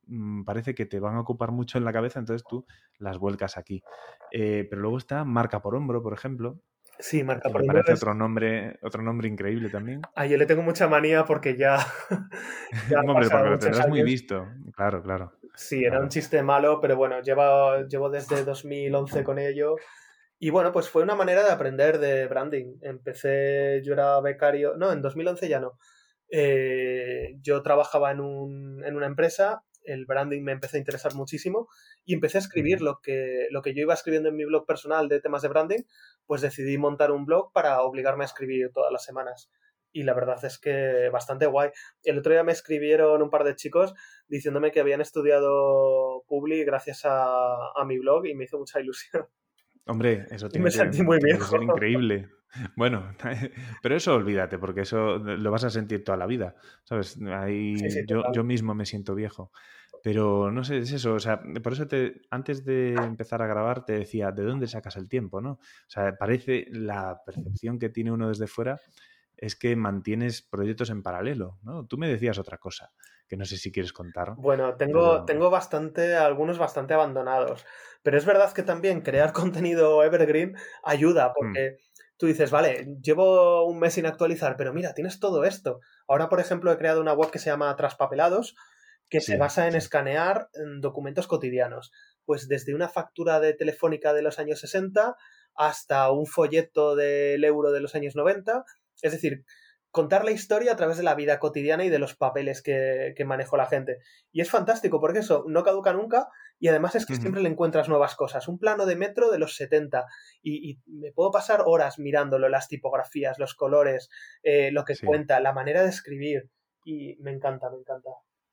mmm, parece que te van a ocupar mucho en la cabeza, entonces tú las vuelcas aquí. Eh, pero luego está Marca por Hombro, por ejemplo, Sí, Marca que por me Hombro parece es... otro nombre, otro nombre increíble también. Ah, yo le tengo mucha manía porque ya, ya han Hombre, porque pasado lo muchos tendrás muy años. visto. Claro, claro, Sí, era un claro. chiste malo, pero bueno, llevo, llevo desde dos mil once con ello. Y bueno, pues fue una manera de aprender de branding. Empecé, yo era becario, no, en dos mil once ya no. Eh, yo trabajaba en, un, en una empresa, el branding me empezó a interesar muchísimo y empecé a escribir Uh-huh. lo que, lo que yo iba escribiendo en mi blog personal de temas de branding, pues decidí montar un blog para obligarme a escribir todas las semanas. Y la verdad es que bastante guay. El otro día me escribieron un par de chicos diciéndome que habían estudiado Publi gracias a, a mi blog y me hizo mucha ilusión. Hombre, eso Y me tiene que, sentí muy tiene que viejo. ser increíble. Bueno, pero eso olvídate, porque eso lo vas a sentir toda la vida, ¿sabes? Sí, sí, Ahí yo, total. yo mismo me siento viejo. Pero no sé, es eso, o sea, por eso te, antes de empezar a grabar te decía, ¿de dónde sacas el tiempo, no? O sea, parece la percepción que tiene uno desde fuera es que mantienes proyectos en paralelo, ¿no? Tú me decías otra cosa, que no sé si quieres contar, Bueno, tengo, pero... tengo bastante, algunos bastante abandonados. Pero es verdad que también crear contenido evergreen ayuda, Hmm, porque tú dices, vale, llevo un mes sin actualizar, pero mira, tienes todo esto. Ahora, por ejemplo, he creado una web que se llama Traspapelados, que se sí, basa en sí. escanear mm, documentos cotidianos. Pues desde una factura de Telefónica de los años sesenta hasta un folleto del euro de los años noventa. Es decir, contar la historia a través de la vida cotidiana y de los papeles que, que manejó la gente. Y es fantástico porque eso no caduca nunca y además es que Ujú, siempre le encuentras nuevas cosas. Un plano de metro de los setenta y, y me puedo pasar horas mirándolo, las tipografías, los colores, eh, lo que sí. cuenta, la manera de escribir y me encanta, me encanta.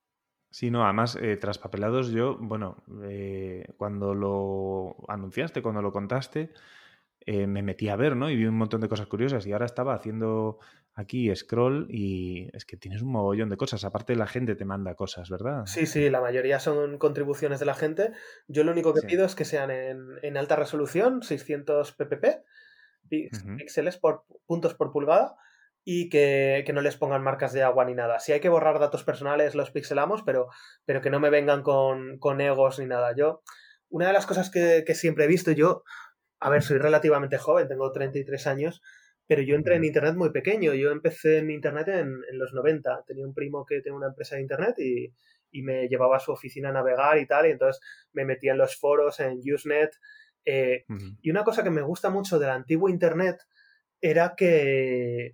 Sí, no, además, eh, Traspapelados, yo, bueno, eh, cuando lo anunciaste, cuando lo contaste, eh, me metí a ver, ¿no? Y vi un montón de cosas curiosas y ahora estaba haciendo aquí scroll y es que tienes un mogollón de cosas. Aparte, la gente te manda cosas, ¿verdad? Sí, sí, la mayoría son contribuciones de la gente. Yo lo único que Sí. pido es que sean en, en alta resolución, seiscientos píxeles, pix- Ujú, píxeles por puntos por pulgada, y que, que no les pongan marcas de agua ni nada. Si hay que borrar datos personales, los pixelamos, pero, pero que no me vengan con, con egos ni nada. Yo, una de las cosas que, que siempre he visto, yo, a ver, soy relativamente joven, tengo treinta y tres años, pero yo entré en ujú. Internet muy pequeño. Yo empecé en Internet en, en los noventa. Tenía un primo que tenía una empresa de Internet y, y me llevaba a su oficina a navegar y tal, y entonces me metía en los foros, en Usenet. eh, Ujú. y una cosa que me gusta mucho del antiguo Internet era que,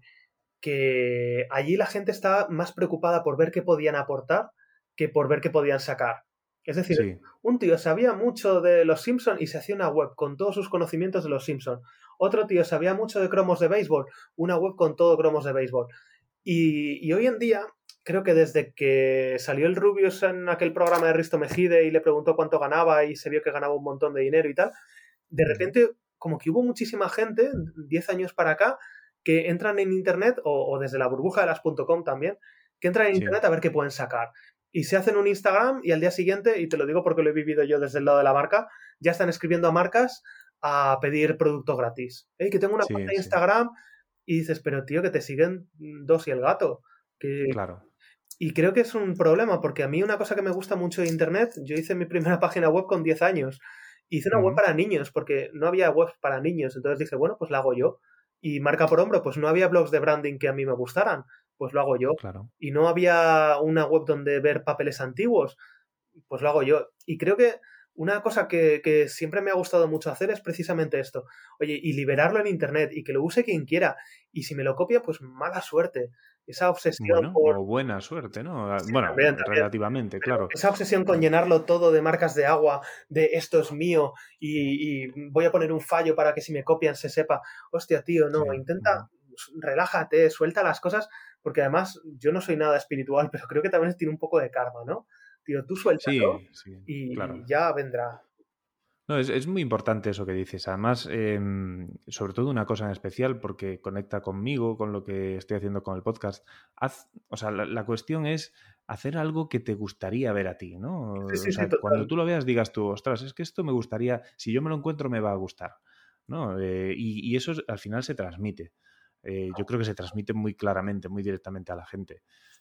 que allí la gente estaba más preocupada por ver qué podían aportar que por ver qué podían sacar. Es decir, Sí, un tío sabía mucho de los Simpson y se hacía una web con todos sus conocimientos de los Simpson. Otro tío sabía mucho de cromos de béisbol, una web con todo cromos de béisbol. Y, y hoy en día, creo que desde que salió el Rubius en aquel programa de Risto Mejide y le preguntó cuánto ganaba y se vio que ganaba un montón de dinero y tal, de ujú, repente como que hubo muchísima gente, diez años para acá, que entran en Internet, o, o desde la burbuja de las .com también, que entran en sí, Internet a ver qué pueden sacar. Y se hacen un Instagram y al día siguiente, y te lo digo porque lo he vivido yo desde el lado de la marca, ya están escribiendo a marcas a pedir producto gratis. Hey, que tengo una cuenta sí, de sí, Instagram y dices, pero tío, que te siguen dos y el gato. Que... claro. Y creo que es un problema, porque a mí una cosa que me gusta mucho de Internet, yo hice mi primera página web con diez años. Hice una web Ujú, para niños, porque no había web para niños. Entonces dije, bueno, pues la hago yo. Y marca por hombro, pues no había blogs de branding que a mí me gustaran, pues lo hago yo. claro. Y no había una web donde ver papeles antiguos, pues lo hago yo. Y creo que una cosa que, que siempre me ha gustado mucho hacer es precisamente esto. Oye, y liberarlo en Internet y que lo use quien quiera. Y si me lo copia, pues mala suerte. Esa obsesión Bueno, por... o buena suerte, ¿no? Ah, Sí, bueno, también, también. relativamente, claro. Esa obsesión con llenarlo todo de marcas de agua, de esto es mío y, y voy a poner un fallo para que si me copian se sepa. Hostia, tío, no, Sí. intenta, Ujú. relájate, suelta las cosas, porque además yo no soy nada espiritual, pero creo que también tiene un poco de karma, ¿no? Tío, tú suéltalo Sí, sí, y, claro. y ya vendrá. No, es, es muy importante eso que dices. Además, em, sobre todo una cosa en especial, porque conecta conmigo, con lo que estoy haciendo con el podcast. Haz, o sea, la, la cuestión es hacer algo que te gustaría ver a ti, ¿no? Sí, O sí, sí, sea, cuando total. tú lo veas, digas tú, ostras, es que esto me gustaría, si yo me lo encuentro, me va a gustar, ¿no? Eh, y, y eso es- al final se transmite. Eh, yo creo que se transmite muy claramente, muy directamente a la gente.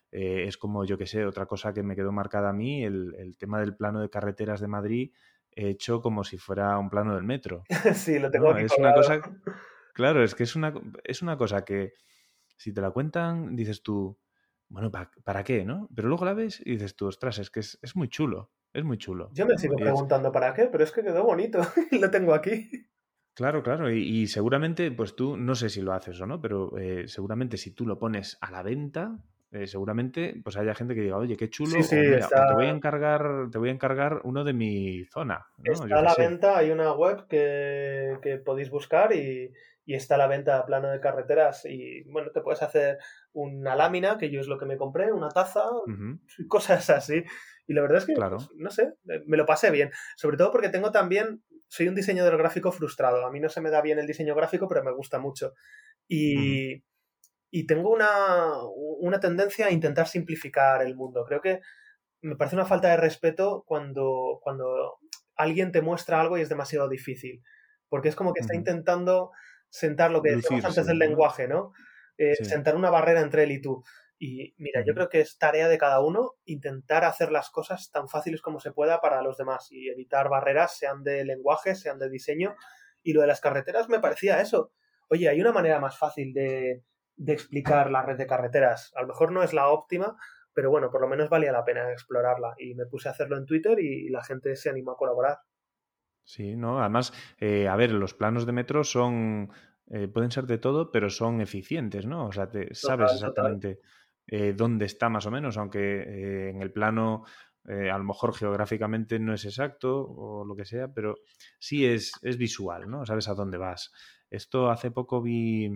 Eh, es como, yo que sé, otra cosa que me quedó marcada a mí, el, el tema del plano de carreteras de Madrid hecho como si fuera un plano del metro, Sí, lo tengo ¿no? aquí Es una colgado. cosa, claro, es que es una, es una cosa que si te la cuentan, dices tú, bueno, ¿pa- ¿para qué, no? Pero luego la ves y dices tú, ostras, es que es, es muy chulo, es muy chulo, Yo me ¿no? sigo Es, preguntando para qué, pero es que quedó bonito y lo tengo aquí. claro, claro, y, y seguramente, pues tú, no sé si lo haces o no, pero eh, seguramente si tú lo pones a la venta, eh, seguramente pues haya gente que diga, oye, qué Sí, chulo, sí, o mira, o te está, voy a encargar, te voy a encargar uno de mi zona, ¿no? Yo está a qué la sé. venta, hay una web que, que podéis buscar y, y está a la venta a plano de carreteras y bueno, te puedes hacer una lámina, que yo es lo que me compré, una taza, Ujú, cosas así. Y la verdad es que, pues, claro. no sé, me lo pasé bien. Sobre todo porque tengo también, soy un diseñador gráfico frustrado. A mí no se me da bien el diseño gráfico, pero me gusta mucho. Ujú, Y, y tengo una, una tendencia a intentar simplificar el mundo. Creo que me parece una falta de respeto cuando, cuando alguien te muestra algo y es demasiado difícil. Porque es como que está ujú. intentando sentar lo que decíamos antes Lucirse, del ¿no? lenguaje, ¿no? Eh, Sí. sentar una barrera entre él y tú. Y mira, yo Ujú. creo que es tarea de cada uno intentar hacer las cosas tan fáciles como se pueda para los demás y evitar barreras, sean de lenguaje, sean de diseño. Y lo de las carreteras me parecía eso. Oye, hay una manera más fácil de, de explicar la red de carreteras. A lo mejor no es la óptima, pero bueno, por lo menos valía la pena explorarla. Y me puse a hacerlo en Twitter y la gente se animó a colaborar. Sí, ¿no? Además, eh, a ver, los planos de metro son, eh, pueden ser de todo, pero son eficientes, ¿no? O sea, te, sabes Total, total. exactamente eh, dónde está más o menos, aunque eh, en el plano eh, a lo mejor geográficamente no es exacto o lo que sea, pero sí es, es visual, ¿no? Sabes a dónde vas. Esto hace poco vi,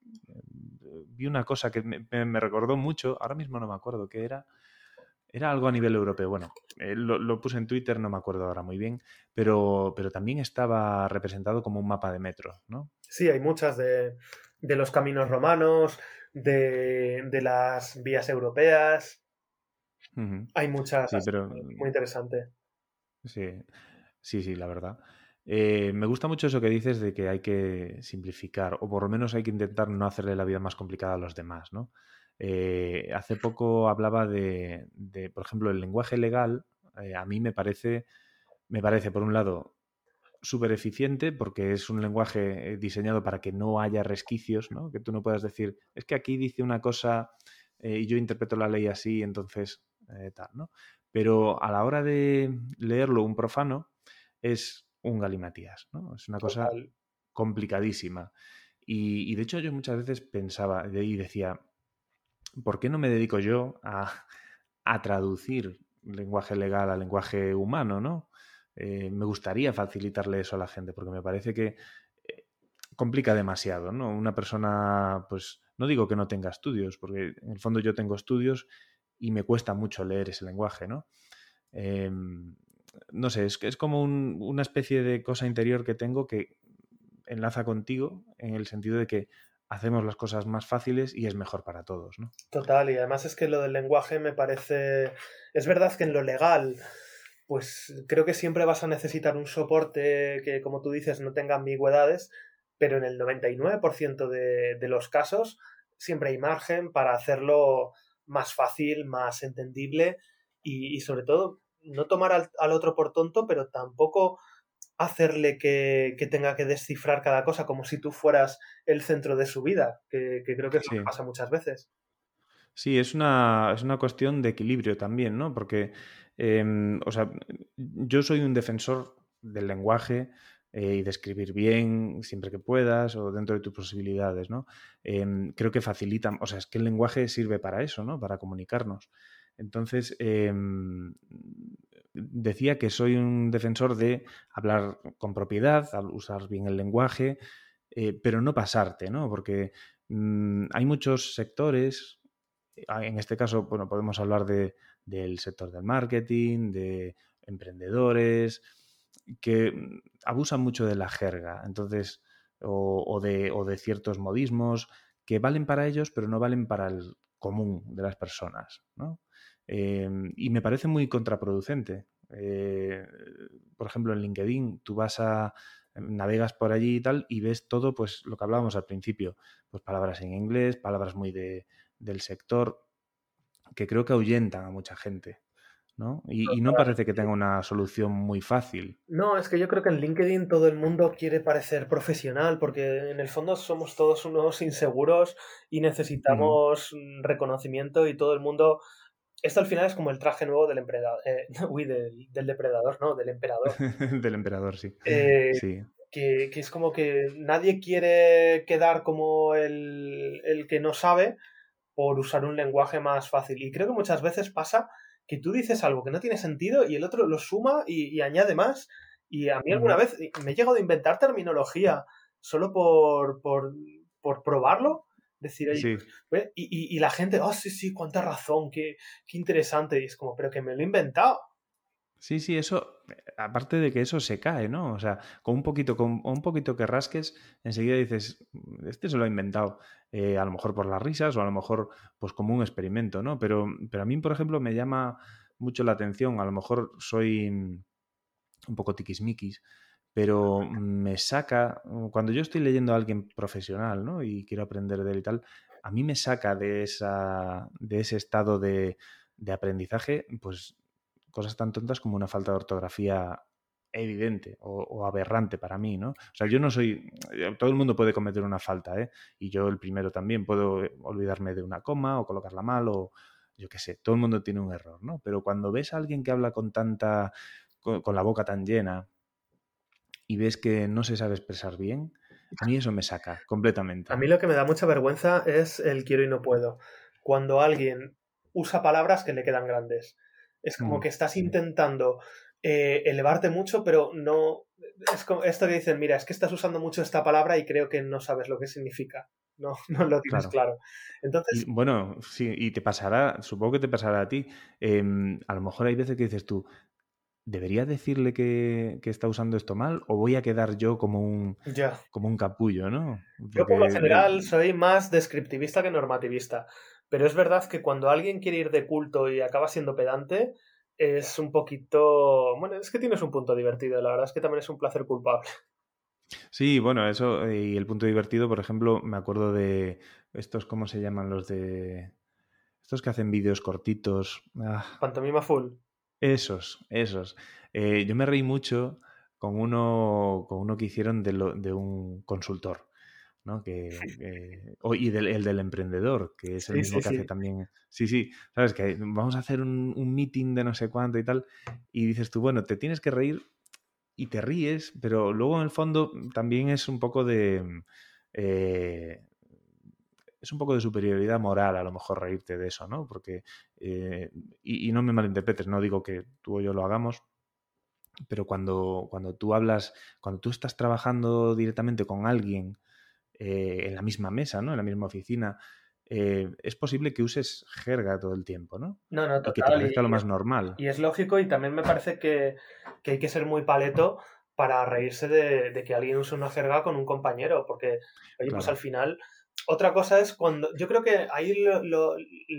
vi una cosa que me, me- me recordó mucho, ahora mismo no me acuerdo qué era. Era algo a nivel europeo. Bueno, eh, lo, lo puse en Twitter, no me acuerdo ahora muy bien, pero, pero también estaba representado como un mapa de metro, ¿no? Sí, hay muchas de, de los caminos romanos, de, de las vías europeas. Ujú. Hay muchas Sí, así, pero muy, muy interesante. sí, sí, sí, la verdad. Eh, me gusta mucho eso que dices de que hay que simplificar, o por lo menos hay que intentar no hacerle la vida más complicada a los demás, ¿no? Eh, hace poco hablaba de, de, por ejemplo, el lenguaje legal. Eh, a mí me parece, me parece, por un lado, súper eficiente porque es un lenguaje eh, diseñado para que no haya resquicios, ¿no? Que tú no puedas decir, es que aquí dice una cosa eh, y yo interpreto la ley así, entonces eh, tal, ¿no? Pero a la hora de leerlo un profano es un galimatías, ¿no? Es una cosa Total. complicadísima. Y, y de hecho yo muchas veces pensaba y decía, ¿por qué no me dedico yo a, a traducir lenguaje legal a lenguaje humano, ¿no? Eh, me gustaría facilitarle eso a la gente porque me parece que eh, complica demasiado, ¿no? Una persona, pues, no digo que no tenga estudios, porque en el fondo yo tengo estudios y me cuesta mucho leer ese lenguaje, ¿no? Eh, no sé, es, es como un, una especie de cosa interior que tengo que enlaza contigo en el sentido de que hacemos las cosas más fáciles y es mejor para todos, ¿no? Total, y además es que lo del lenguaje me parece... Es verdad que en lo legal, pues creo que siempre vas a necesitar un soporte que, como tú dices, no tenga ambigüedades, pero en el noventa y nueve por ciento de, de los casos siempre hay margen para hacerlo más fácil, más entendible y, y sobre todo no tomar al, al otro por tonto, pero tampoco hacerle que, que tenga que descifrar cada cosa como si tú fueras el centro de su vida, que, que creo que es lo que Sí. pasa muchas veces. Sí, es una, es una cuestión de equilibrio también, ¿no? Porque, eh, o sea, yo soy un defensor del lenguaje eh, y de escribir bien siempre que puedas o dentro de tus posibilidades, ¿no? Em, creo que facilitan, o sea, es que el lenguaje sirve para eso, ¿no? Para comunicarnos. Entonces, em, decía que soy un defensor de hablar con propiedad, al usar bien el lenguaje, eh, pero no pasarte, ¿no? Porque mm, hay muchos sectores en este caso, bueno, podemos hablar de, del sector del marketing, de emprendedores, que abusan mucho de la jerga, entonces, o, o, de, o de ciertos modismos que valen para ellos, pero no valen para el común de las personas, ¿no? Eh, y me parece muy contraproducente. Eh, por ejemplo, en LinkedIn, tú vas a navegas por allí y tal y ves todo, pues lo que hablábamos al principio, pues palabras en inglés, palabras muy de, del sector que creo que ahuyentan a mucha gente, ¿no? Y, y no parece que tenga una solución muy fácil. No, es que yo creo que en LinkedIn todo el mundo quiere parecer profesional porque en el fondo somos todos unos inseguros y Ujú. necesitamos mm, reconocimiento y todo el mundo... Esto al final es como el traje nuevo del emperador, eh, uy, del, del depredador, no, del emperador. Del emperador, sí. Eh, Sí. que, que es como que nadie quiere quedar como el, el que no sabe por usar un lenguaje más fácil. Y creo que muchas veces pasa que tú dices algo que no tiene sentido y el otro lo suma y, y añade más. Y a mí alguna Ujú. vez me he llegado a inventar terminología solo por, por, por probarlo. Decir, oye, Sí. pues, y, y, y la gente, oh, sí, sí, cuánta razón, qué, qué interesante. Y es como, pero que me lo he inventado. Sí, sí, eso, eh, aparte de que eso se cae, ¿no? O sea, con un poquito, con un poquito que rasques, enseguida dices, "Mm, este se lo ha inventado, eh, a lo mejor por las risas o a lo mejor pues como un experimento, ¿no? Pero, pero a mí, por ejemplo, me llama mucho la atención, a lo mejor soy mm, un poco tiquismiquis, pero me saca, mm, cuando yo estoy leyendo a alguien profesional, ¿no? Y quiero aprender de él y tal, a mí me saca de esa, de ese estado de, de aprendizaje, pues cosas tan tontas como una falta de ortografía evidente o, o aberrante para mí, ¿no? O sea, yo no soy, todo el mundo puede cometer una falta, ¿eh? Y yo el primero también puedo olvidarme de una coma o colocarla mal o yo qué sé, todo el mundo tiene un error, ¿no? Pero cuando ves a alguien que habla con tanta, con, con la boca tan llena y ves que no se sabe expresar bien, a mí eso me saca A completamente. mí lo que me da mucha vergüenza es el quiero y no puedo. Cuando alguien usa palabras que le quedan grandes. Es como Mm, que estás sí, intentando eh, elevarte mucho, pero no... Es como esto que dicen, mira, es que estás usando mucho esta palabra y creo que no sabes lo que significa. No, no lo tienes claro. claro. Y Entonces, bueno, sí, y te pasará, supongo que te pasará a ti. Eh, a lo mejor hay veces que dices tú, ¿debería decirle que, que está usando esto mal o voy a quedar yo como un, ya. como un capullo, ¿no? Yo por lo Porque, eh, general soy más descriptivista que normativista, pero es verdad que cuando alguien quiere ir de culto y acaba siendo pedante, es un poquito... Bueno, es que tienes un punto divertido, la verdad es que también es un placer culpable. sí, bueno, eso eh, y el punto divertido, por ejemplo, me acuerdo de estos, ¿cómo se llaman los de... Estos que hacen vídeos cortitos. Ah, Pantomima full. esos, esos. Eh, yo me reí mucho con uno, con uno que hicieron de, lo- de un consultor, ¿no? Que, que- o- y del, el del emprendedor, que es el Sí, mismo sí, que hace sí. también. Sí, sí, sabes que vamos a hacer un, un meeting de no sé cuánto y tal. Y dices tú, bueno, te tienes que reír y te ríes, pero luego en el fondo también es un poco de... eh, es un poco de superioridad moral a lo mejor reírte de eso, ¿no? Porque, eh, y, y no me malinterpretes, no digo que tú o yo lo hagamos, pero cuando, cuando tú hablas, cuando tú estás trabajando directamente con alguien eh, en la misma mesa, ¿no? En la misma oficina, eh, es posible que uses jerga todo el tiempo, ¿no? No, no, Y que te total. Y, parezca lo más normal. y es lógico y también me parece que, que hay que ser muy paleto para reírse de, de que alguien use una jerga con un compañero, porque, oye, pues al Claro. final, otra cosa es cuando, yo creo que ahí lo, lo,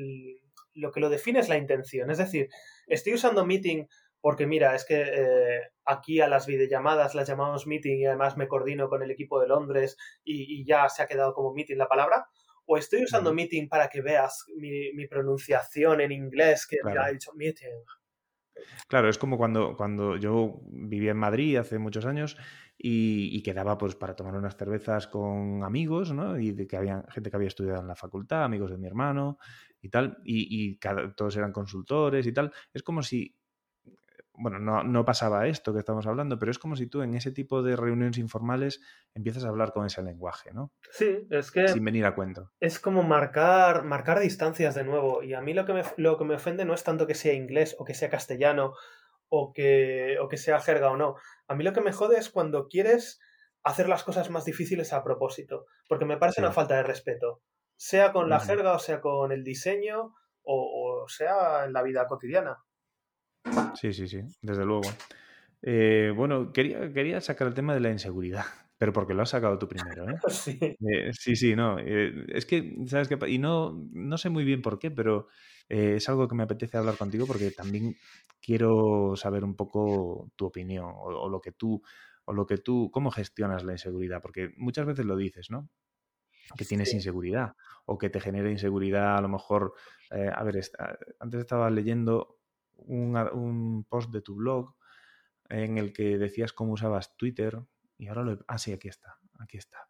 lo que lo define es la intención, es decir, estoy usando meeting porque mira, es que eh, aquí a las videollamadas las llamamos meeting y además me coordino con el equipo de Londres y, y ya se ha quedado como meeting la palabra, o estoy usando Ujú. meeting para que veas mi, mi pronunciación en inglés, que mira, he Claro. dicho meeting. Claro, es como cuando, cuando yo vivía en Madrid hace muchos años y, y quedaba pues para tomar unas cervezas con amigos, ¿no? Y de que había gente que había estudiado en la facultad, amigos de mi hermano y tal, y, y cada- todos eran consultores y tal. Es como si, bueno, no, no pasaba esto que estamos hablando, pero es como si tú en ese tipo de reuniones informales empiezas a hablar con ese lenguaje, ¿no? Sí, es que Sin venir a cuento. es como marcar, marcar distancias de nuevo. Y a mí lo que me, lo que me ofende no es tanto que sea inglés o que sea castellano o que, o que sea jerga o no. A mí lo que me jode es cuando quieres hacer las cosas más difíciles a propósito, porque me parece una Sí. falta de respeto, sea con la Ujú. jerga o sea con el diseño o, o sea en la vida cotidiana. Sí, sí, sí, desde luego. Eh, bueno, quería, quería sacar el tema de la inseguridad, pero porque lo has sacado tú primero, ¿eh? Sí. Eh, sí, sí, no. eh, es que, ¿sabes qué? pa- Y no, no sé muy bien por qué, pero eh, es algo que me apetece hablar contigo porque también quiero saber un poco tu opinión o, o lo que tú, o lo que tú, cómo gestionas la inseguridad, porque muchas veces lo dices, ¿no? que tienes Sí. inseguridad o que te genera inseguridad a lo mejor. Eh, a ver, esta- antes estaba leyendo un, a- un post de tu blog en el que decías cómo usabas Twitter y ahora lo... he- Ah, sí, aquí está, aquí está.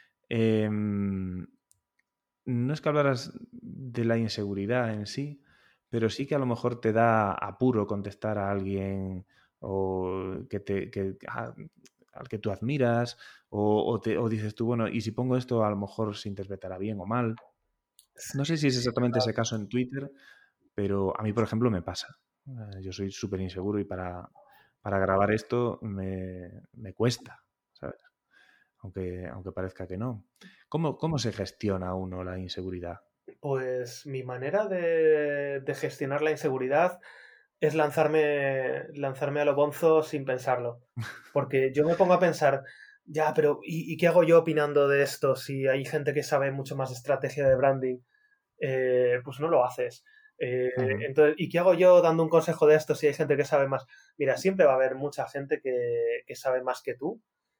Em, no es que hablaras de la inseguridad en sí, pero sí que a lo mejor te da apuro contestar a alguien o que te, que, a- al que tú admiras o, o te, o dices tú, bueno, y si pongo esto a lo mejor se interpretará bien o mal. Sí, No sé si es sí, exactamente ese total. caso en Twitter, pero a mí, por ejemplo, me pasa. Eh, Yo soy súper inseguro y para, para grabar esto me, me cuesta, ¿sabes? Aunque, aunque parezca que no. ¿Cómo, cómo se gestiona uno la inseguridad? Pues mi manera de, de gestionar la inseguridad es lanzarme, lanzarme a lo bonzo sin pensarlo. Porque yo me pongo a pensar, ya, pero ¿y, y qué hago yo opinando de esto si hay gente que sabe mucho más de estrategia de branding? Eh, pues no lo haces. Eh, Ujú. entonces, ¿y qué hago yo dando un consejo de esto si hay gente que sabe más? Mira, siempre va a haber mucha gente que, que sabe más que tú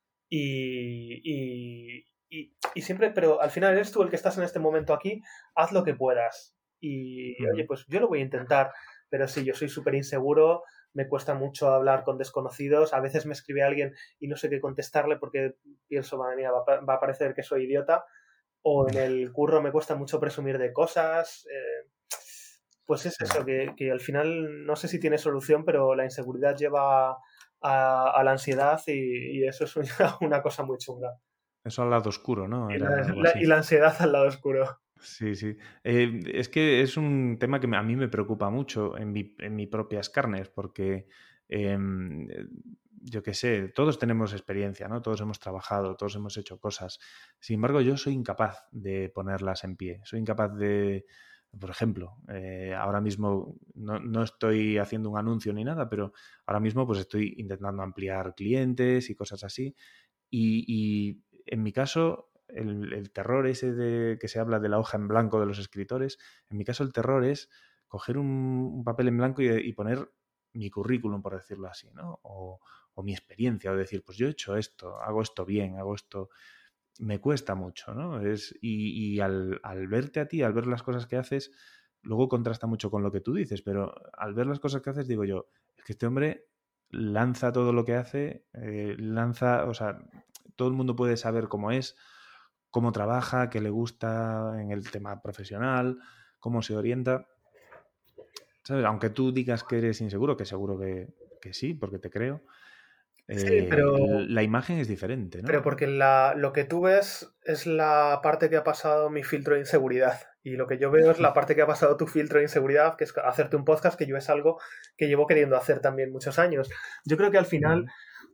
y, y, y, y siempre, pero al final eres tú el que estás en este momento aquí, haz lo que puedas. Y oye, Ujú. pues yo lo voy a intentar, pero sí, yo soy súper inseguro, me cuesta mucho hablar con desconocidos, a veces me escribe alguien y no sé qué contestarle porque pienso, madre mía, va, a- va a parecer que soy idiota, o en el curro me cuesta mucho presumir de cosas. Eh, pues es Sí. eso, que, que al final no sé si tiene solución, pero la inseguridad lleva a, a la ansiedad y, y eso es una, una cosa muy chunga. Eso al lado oscuro, ¿no? Y Era la, algo la- así. y la ansiedad al lado oscuro. Sí, sí. Eh, es que es un tema que me- a mí me preocupa mucho en mi, en mis propias carnes, porque em, eh, yo qué sé, todos tenemos experiencia, ¿no? Todos hemos trabajado, todos hemos hecho cosas. Sin embargo, yo soy incapaz de ponerlas en pie. Soy incapaz de, por ejemplo, eh, ahora mismo no, no estoy haciendo un anuncio ni nada, pero ahora mismo pues estoy intentando ampliar clientes y cosas así. Y, y en mi caso, el, el terror ese de que se habla de la hoja en blanco de los escritores, en mi caso el terror es coger un, un papel en blanco y, y poner mi currículum, por decirlo así, ¿no? O, o mi experiencia, o decir, pues yo he hecho esto, hago esto bien, hago esto. Me cuesta mucho, ¿no? Es, y y al, al verte a ti, al ver las cosas que haces, luego contrasta mucho con lo que tú dices, pero al ver las cosas que haces, digo yo, es que este hombre lanza todo lo que hace, eh, lanza, o sea, todo el mundo puede saber cómo es, cómo trabaja, qué le gusta en el tema profesional, cómo se orienta. ¿Sabes? Aunque tú digas que eres inseguro, que seguro que, que sí, porque te creo, Sí, eh, pero, la imagen es diferente, pero ¿no? porque la, lo que tú ves es la parte que ha pasado mi filtro de inseguridad. Y lo que yo veo es la parte que ha pasado tu filtro de inseguridad, que es hacerte un podcast, que yo es algo que llevo queriendo hacer también muchos años. Yo creo que al final Ujú.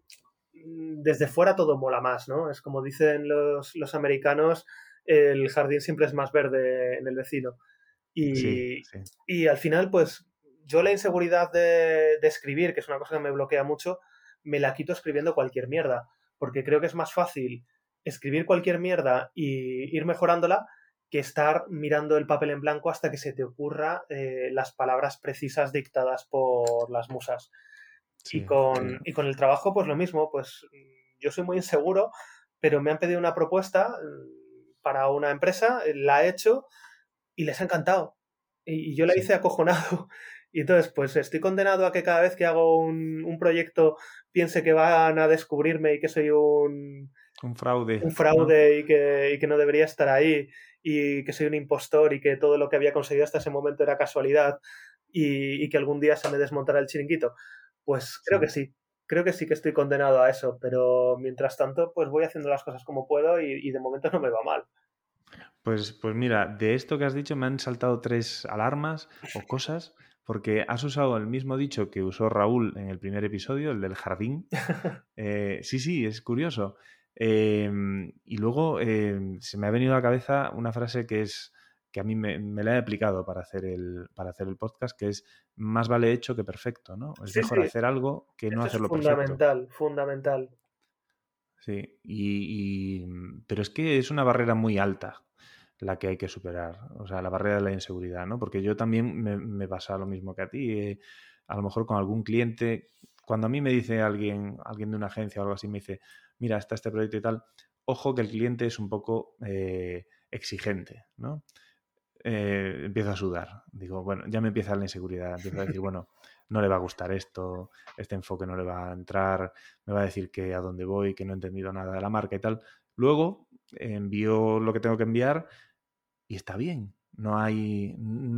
desde fuera todo mola más, ¿no? Es como dicen los, los americanos, el jardín siempre es más verde en el vecino. Sí, Y, sí. y al final, pues yo la inseguridad de, de escribir, que es una cosa que me bloquea mucho, me la quito escribiendo cualquier mierda, porque creo que es más fácil escribir cualquier mierda y ir mejorándola que estar mirando el papel en blanco hasta que se te ocurra eh, las palabras precisas dictadas por las musas. Y Sí, sí. con, y con el trabajo, pues lo mismo, pues yo soy muy inseguro, pero me han pedido una propuesta mm, para una empresa, la he hecho y les ha encantado. Y, y yo la Sí. hice acojonado. Y entonces, pues estoy condenado a que cada vez que hago un, un proyecto piense que van a descubrirme y que soy un, Un fraude, un ¿no? fraude y que, y que no debería estar ahí y que soy un impostor y que todo lo que había conseguido hasta ese momento era casualidad y, y que algún día se me desmontará el chiringuito. Pues creo que Sí. sí, creo que sí que estoy condenado a eso, pero mientras tanto, pues voy haciendo las cosas como puedo y, y de momento no me va mal. Pues, pues mira, de esto que has dicho me han saltado tres alarmas o cosas, porque has usado el mismo dicho que usó Raúl en el primer episodio, el del jardín. Eh, sí, sí, es curioso. Eh, y luego eh, se me ha venido a la cabeza una frase que es que a mí me, me la he aplicado para hacer el, para hacer el podcast, que es más vale hecho que perfecto, ¿no? Es Sí, mejor sí, hacer algo que no eso es hacerlo perfecto. fundamental, fundamental. Sí, y, y- pero es que es una barrera muy alta la que hay que superar, o sea, la barrera de la inseguridad, ¿no? Porque yo también me, me pasa lo mismo que a ti, eh, a lo mejor con algún cliente, cuando a mí me dice alguien, alguien de una agencia o algo así, me dice, mira, está este proyecto y tal, ojo que el cliente es un poco eh, exigente, ¿no? Eh, empiezo a sudar. Digo, bueno, ya me empieza la inseguridad. Empiezo a decir, bueno, no le va a gustar esto, este enfoque no le va a entrar, me va a decir que a dónde voy, que no he entendido nada de la marca y tal. Luego eh, envío lo que tengo que enviar y está bien. No hay,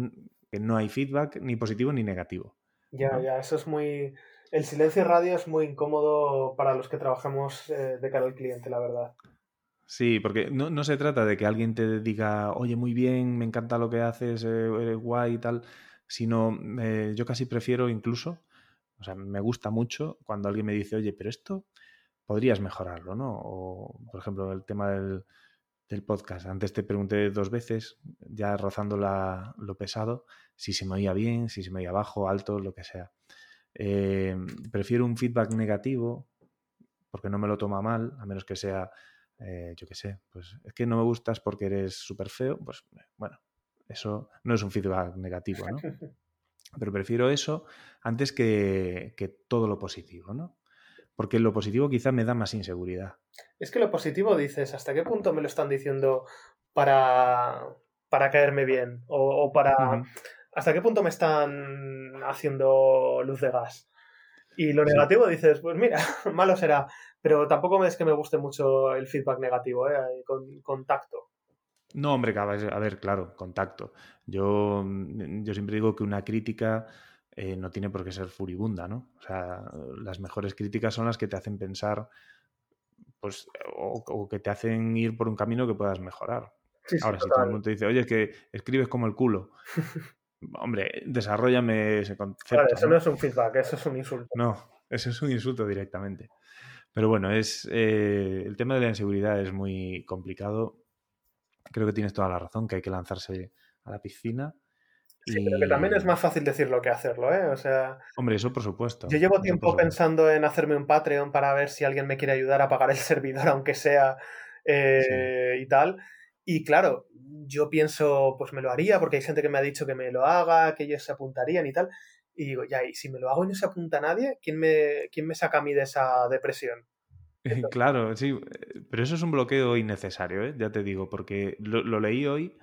no hay feedback ni positivo ni negativo. Ya, ¿no? ya, eso es muy... El silencio radio es muy incómodo para los que trabajamos eh, de cara al cliente, la verdad. Sí, porque no, no se trata de que alguien te diga, oye, muy bien, me encanta lo que haces, eh, eres guay y tal, sino eh, yo casi prefiero incluso, o sea, me gusta mucho cuando alguien me dice, oye, pero esto podrías mejorarlo, ¿no? O, por ejemplo, el tema del, del podcast. Antes te pregunté dos veces, ya rozando la, lo pesado, si se me oía bien, si se me oía bajo, alto, lo que sea. Eh, prefiero un feedback negativo porque no me lo toma mal, a menos que sea, eh, yo qué sé, pues es que no me gustas porque eres súper feo, pues bueno, eso no es un feedback negativo, ¿no? Pero prefiero eso antes que, que todo lo positivo, ¿no? Porque lo positivo quizá me da más inseguridad. Es que lo positivo dices, ¿hasta qué punto me lo están diciendo para, para caerme bien? O, o para... Uh-huh. ¿Hasta qué punto me están haciendo luz de gas? Y lo Sí. negativo dices, pues mira, malo será. Pero tampoco es que me guste mucho el feedback negativo, ¿eh? Con, con tacto. No, hombre, a ver, claro, contacto. Yo, yo siempre digo que una crítica eh, no tiene por qué ser furibunda, ¿no? O sea, las mejores críticas son las que te hacen pensar, pues, o, o que te hacen ir por un camino que puedas mejorar. Sí, sí, Ahora, si todo el total. mundo te dice, oye, es que escribes como el culo, hombre, desarrollame ese Vale, concepto, eso no ¿no? es un feedback, eso es un insulto. No, eso es un insulto directamente. Pero bueno, es eh, el tema de la inseguridad es muy complicado. Creo que tienes toda la razón, que hay que lanzarse a la piscina. Sí, pero que también es Y, más fácil decirlo que hacerlo, ¿eh? O sea, hombre, eso por yo supuesto, llevo eso por tiempo supuesto. pensando en hacerme un Patreon para ver si alguien me quiere ayudar a pagar el servidor, aunque sea Sí. eh, y tal. Y claro, yo pienso, pues me lo haría, porque hay gente que me ha dicho que me lo haga, que ellos se apuntarían y tal. Y digo, ya, y si me lo hago y no se apunta nadie, ¿quién me, quién me saca a mí de esa depresión? Entonces, Claro, sí, pero eso es un bloqueo innecesario, ¿eh? Ya te digo, porque lo, lo leí hoy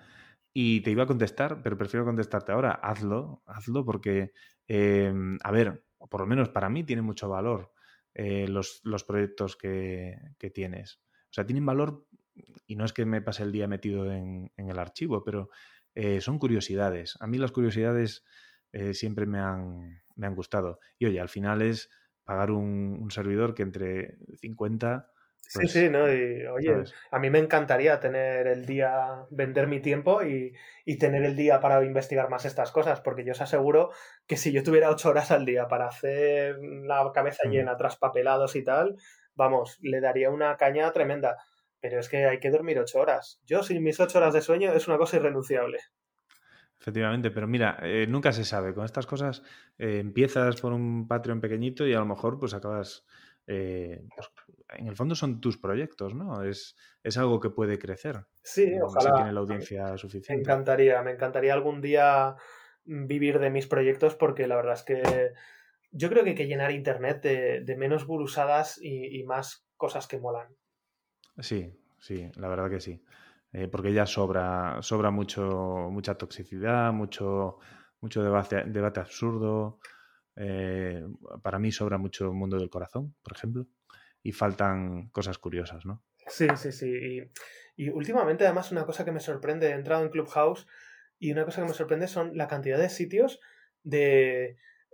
y te iba a contestar, pero prefiero contestarte ahora. Hazlo, hazlo porque, eh, a ver, por lo menos para mí tiene mucho valor eh, los, los proyectos que, que tienes. O sea, tienen valor y no es que me pase el día metido en, en el archivo, pero eh, son curiosidades. A mí las curiosidades eh, siempre me han, me han gustado. Y oye, al final es pagar un, un servidor que entre cincuenta, sí, sí, pues, ¿no? Y oye, ¿sabes? a mí me encantaría tener el día, vender mi tiempo y, y tener el día para investigar más estas cosas, porque yo os aseguro que si yo tuviera ocho horas al día para hacer la cabeza Hmm. llena, traspapelados y tal, vamos, le daría una caña tremenda. Pero es que hay que dormir ocho horas. Yo, sin mis ocho horas de sueño, es una cosa irrenunciable. Efectivamente, pero mira, eh, nunca se sabe. Con estas cosas eh, empiezas por un Patreon pequeñito y a lo mejor pues acabas, eh, pues, en el fondo son tus proyectos, ¿no? Es, es algo que puede crecer Sí, mm, si ojalá. tiene la A mí audiencia me suficiente. encantaría, me encantaría algún día mm, vivir de mis proyectos porque la verdad es que yo creo que hay que llenar Internet de, de menos gurusadas y, y más cosas que molan. Sí, sí, la verdad que sí. Eh, porque ya sobra, sobra mucho, mucha toxicidad, mucho, mucho debate, debate absurdo. Eh, para mí sobra mucho mundo del corazón, por ejemplo, y faltan cosas curiosas, ¿no? Sí, sí, sí. Y, y últimamente, además, una cosa que me sorprende, he entrado en Clubhouse y una cosa que me sorprende son la cantidad de sitios de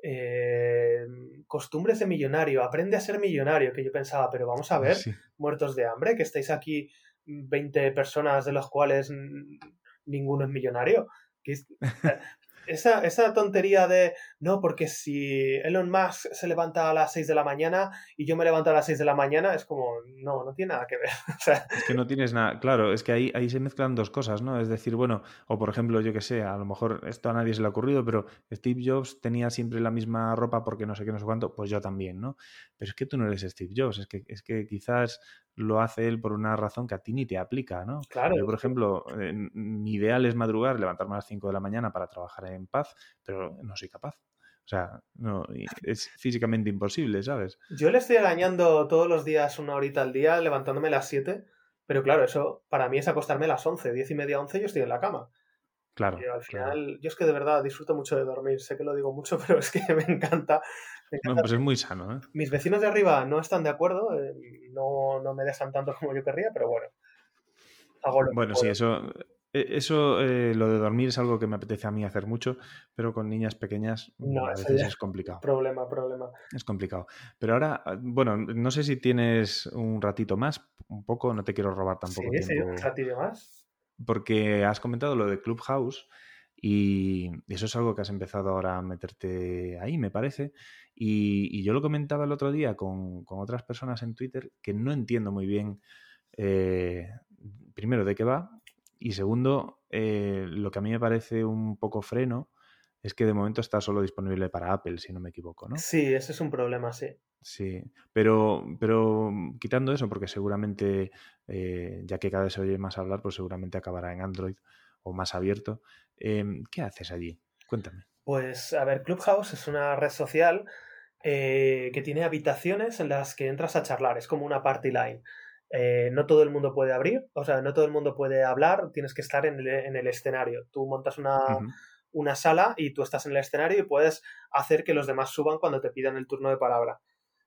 eh, costumbres de millonario. Aprende a ser millonario, que yo pensaba, pero vamos a ver, Sí. muertos de hambre, que estáis aquí veinte personas de los cuales mm, ninguno es millonario. Que es- esa, esa tontería de, no, porque si Elon Musk se levanta a las seis de la mañana y yo me levanto a las seis de la mañana, es como, no, no tiene nada que ver. O sea, Es que no tienes nada. Claro, es que ahí, ahí se mezclan dos cosas, ¿no? Es decir, bueno, o por ejemplo, yo que sé, a lo mejor esto a nadie se le ha ocurrido, pero Steve Jobs tenía siempre la misma ropa porque no sé qué, no sé cuánto, pues yo también, ¿no? Pero es que tú no eres Steve Jobs, es que, es que quizás lo hace él por una razón que a ti ni te aplica, ¿no? claro, Yo, por es que, ejemplo, eh, mi ideal es madrugar, levantarme a las cinco de la mañana para trabajar en paz, pero no soy capaz. O sea, no, es físicamente imposible, ¿sabes? yo le estoy arañando todos los días una horita al día, levantándome a las siete Pero claro, eso para mí es acostarme a las once, diez y media, once, yo estoy en la cama. Claro, Y al final, claro. yo es que de verdad disfruto mucho de dormir. Sé que lo digo mucho, pero es que me encanta. Me Bueno, encanta. pues es muy sano, ¿eh? Mis vecinos de arriba no están de acuerdo, eh, no, no me dejan tanto como yo querría, pero bueno, hago lo que Bueno, sí, puedo. eso, e- eso eh, lo de dormir es algo que me apetece a mí hacer mucho, pero con niñas pequeñas mm, No, a eso veces ya es complicado. problema, problema. Es complicado. Pero ahora, ah, bueno, no sé si tienes un ratito más, un poco, no te quiero robar Sí, tampoco sí, un tiempo, ratillo más. porque has comentado lo de Clubhouse y eso es algo que has empezado ahora a meterte ahí, me parece. Y, y yo lo comentaba el otro día con, con otras personas en Twitter que no entiendo muy bien, eh, primero, de qué va y segundo, eh, lo que a mí me parece un poco freno es que de momento está solo disponible para Apple, si no me equivoco, ¿no? Sí, ese es un problema, sí. Sí, pero, pero quitando eso, porque seguramente, eh, ya que cada vez se oye más hablar, pues seguramente acabará en Android o más abierto. Em, ¿qué haces allí? Cuéntame. Pues, a ver, Clubhouse es una red social eh, que tiene habitaciones en las que entras a charlar, es como una party line. Eh, no todo el mundo puede abrir, o sea, no todo el mundo puede hablar, tienes que estar en el, en el escenario. Tú montas una, Ujú. una sala y tú estás en el escenario y puedes hacer que los demás suban cuando te pidan el turno de palabra.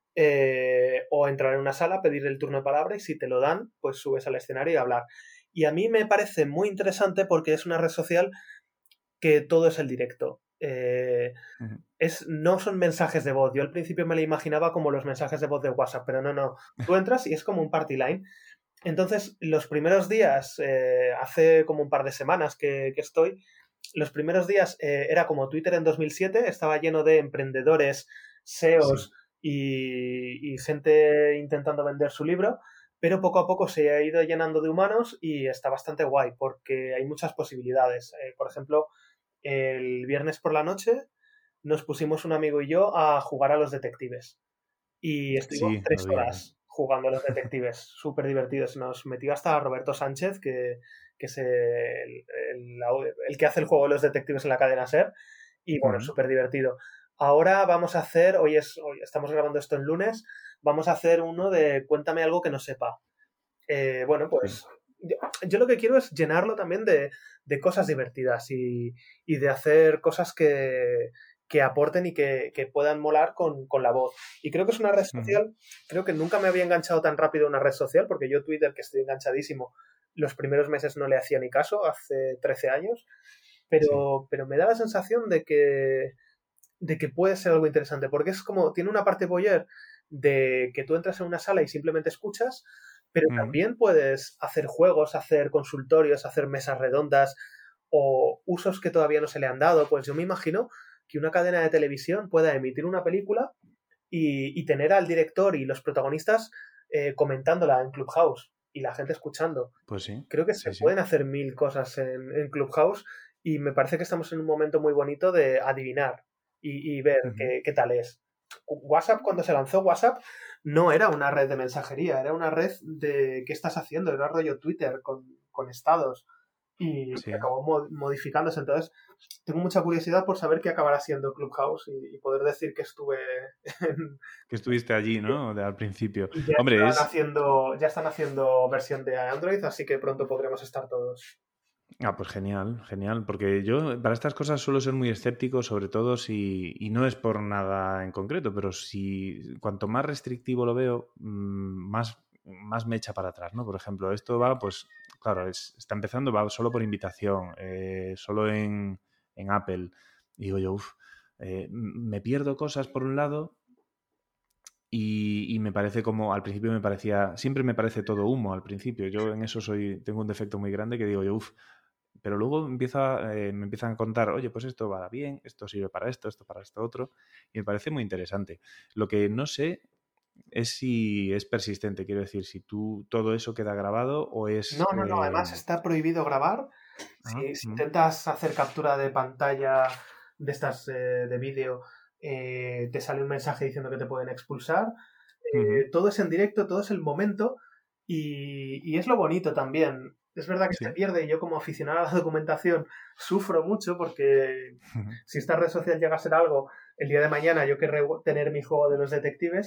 Eh, o entrar en una sala, pedir el turno de palabra y si te lo dan, pues subes al escenario y hablar. Y a mí me parece muy interesante porque es una red social que todo es el directo. Eh, Ujú. es, no son mensajes de voz. Yo al principio me la imaginaba como los mensajes de voz de WhatsApp, pero no, no. Tú entras y es como un party line. Entonces, los primeros días, eh, hace como un par de semanas que, que estoy, los primeros días eh, era como Twitter en dos mil siete, estaba lleno de emprendedores, S E Os Sí, y, y gente intentando vender su libro, pero poco a poco se ha ido llenando de humanos y está bastante guay porque hay muchas posibilidades. Eh, por ejemplo, el viernes por la noche nos pusimos un amigo y yo a jugar a los detectives. Y estuvimos sí, tres lo vi. horas jugando a los detectives, súper divertidos. Nos metió hasta Roberto Sánchez, que, que es el, el, el que hace el juego de los detectives en la cadena SER. Y bueno, Ujú. súper divertido. Ahora vamos a hacer, hoy es, hoy estamos grabando esto en lunes, vamos a hacer uno de cuéntame algo que no sepa. Eh, bueno, Sí. pues yo, yo, lo que quiero es llenarlo también de, de cosas divertidas y, y, de hacer cosas que, que aporten y que, que puedan molar con, con, la voz. Y creo que es una red Ujú. social, creo que nunca me había enganchado tan rápido a una red social, porque yo Twitter, que estoy enganchadísimo, los primeros meses no le hacía ni caso, hace trece años, Sí. pero, pero me da la sensación de que, de que puede ser algo interesante, porque es como, tiene una parte voyeur de que tú entras en una sala y simplemente escuchas, pero Ujú. también puedes hacer juegos, hacer consultorios, hacer mesas redondas o usos que todavía no se le han dado. Pues yo me imagino que una cadena de televisión pueda emitir una película y, y tener al director y los protagonistas eh, comentándola en Clubhouse y la gente escuchando. Pues sí, Creo que se sí, sí. pueden hacer mil cosas en, en Clubhouse y me parece que estamos en un momento muy bonito de adivinar y, y ver Ujú. qué, qué tal es. WhatsApp, cuando se lanzó WhatsApp, no era una red de mensajería, era una red de qué estás haciendo, era rollo Twitter con, con estados y, y Sí. acabó mo- modificándose. Entonces, tengo mucha curiosidad por saber qué acabará siendo Clubhouse y, y poder decir que estuve en, Que estuviste allí, ¿no? De, al principio. y ya Hombre, están es... haciendo, ya están haciendo versión de Android, así que pronto podremos estar todos. Ah, pues genial, genial, porque yo para estas cosas suelo ser muy escéptico, sobre todo si, y no es por nada en concreto, pero si cuanto más restrictivo lo veo, mm, más, más me echa para atrás, ¿no? Por ejemplo, esto va, pues, claro, es, está empezando, va solo por invitación, eh, solo en, en Apple. Y digo yo, uff, me pierdo cosas por un lado y, y me parece como, al principio me parecía, siempre me parece todo humo al principio. Yo en eso soy, tengo un defecto muy grande que digo yo, uff, pero luego empieza, eh, me empiezan a contar, oye, pues esto va bien, esto sirve para esto, esto para esto otro, y me parece muy interesante. Lo que no sé es si es persistente, quiero decir, si tú todo eso queda grabado o No, es... no, no, eh, además está prohibido grabar. ah, Si, si mm, intentas hacer captura de pantalla de estas eh, de vídeo, eh, te sale un mensaje diciendo que te pueden expulsar. ujú, Eh, todo es en directo, todo es el momento y, y es lo bonito también. Es verdad que se sí, pierde y yo como aficionado a la documentación sufro mucho porque ujú, si esta red social llega a ser algo, el día de mañana yo querré tener mi juego de los detectives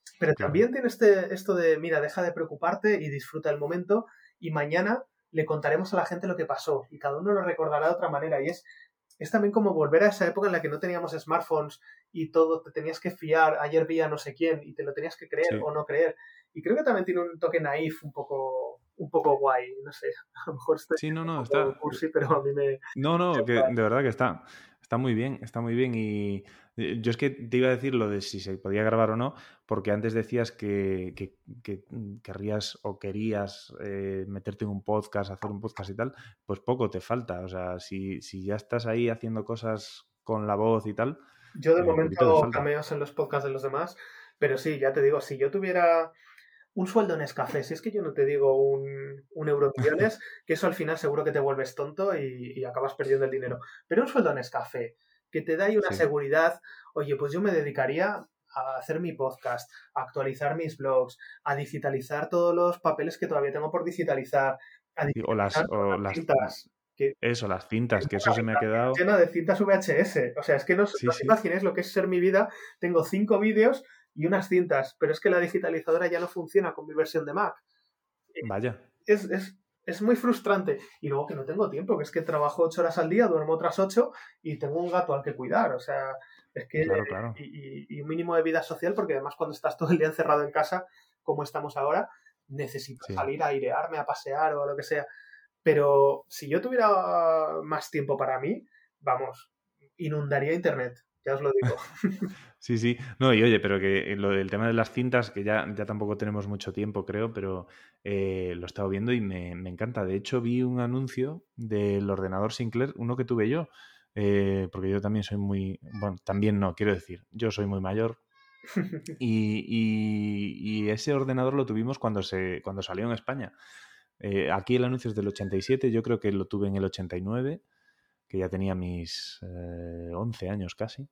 Pero claro. también tiene este, esto de, mira, deja de preocuparte y disfruta el momento y mañana le contaremos a la gente lo que pasó y cada uno lo recordará de otra manera. Y es, es también como volver a esa época en la que no teníamos smartphones y todo te tenías que fiar, ayer vi a no sé quién y te lo tenías que creer Sí. o no creer. Y creo que también tiene un toque naif un poco, un poco guay, no sé, a lo mejor estoy Sí, no, siendo un no, poco está. cursi, pero a mí me... No, no, que me de verdad que está. Está muy bien, está muy bien. Y eh, yo es que te iba a decir lo de si se podía grabar o no, porque antes decías que, que- que querrías o querías eh, meterte en un podcast, hacer un podcast y tal, pues poco te falta. O sea, si, si ya estás ahí haciendo cosas con la voz y tal, Yo de eh, momento poquito te hago falta. cameos en los podcasts de los demás, pero sí, ya te digo, si yo tuviera un sueldo en Nescafé, si es que yo no te digo un, un euro millones, que eso al final seguro que te vuelves tonto y, y acabas perdiendo el dinero, pero un sueldo en Nescafé, que te da ahí una Sí. seguridad, oye, pues yo me dedicaría a hacer mi podcast, a actualizar mis blogs, a digitalizar todos los papeles que todavía tengo por digitalizar, a Sí, o las, digitalizar todas o las las, cintas, que eso, las cintas, que tengo eso una se me ha habitación quedado. llena de cintas V H S. O sea, es que no, os- Sí, no os sí. imaginéis lo que es ser mi vida. Tengo cinco vídeos y unas cintas, pero es que la digitalizadora ya no funciona con mi versión de Mac. Vaya. Es, es, es muy frustrante. Y luego que no tengo tiempo, que es que trabajo ocho horas al día, duermo otras ocho y tengo un gato al que cuidar. O sea, es que... Claro, claro. Y, y- y un mínimo de vida social, porque además cuando estás todo el día encerrado en casa, como estamos ahora, necesito Sí. salir a airearme, a pasear o a lo que sea. Pero si yo tuviera más tiempo para mí, vamos, inundaría Internet, ya os lo digo. Sí, sí. No, y oye, pero que lo del tema de las cintas, que ya, ya tampoco tenemos mucho tiempo, creo, pero eh, lo he estado viendo y me, me encanta. De hecho, vi un anuncio del ordenador Sinclair, uno que tuve yo, eh, porque yo también soy muy, bueno, también no, quiero decir, yo soy muy mayor. Y, y- y ese ordenador lo tuvimos cuando, se, cuando salió en España. Eh, aquí el anuncio es del ochenta y siete, yo creo que lo tuve en el ochenta y nueve, que ya tenía mis eh, once años casi.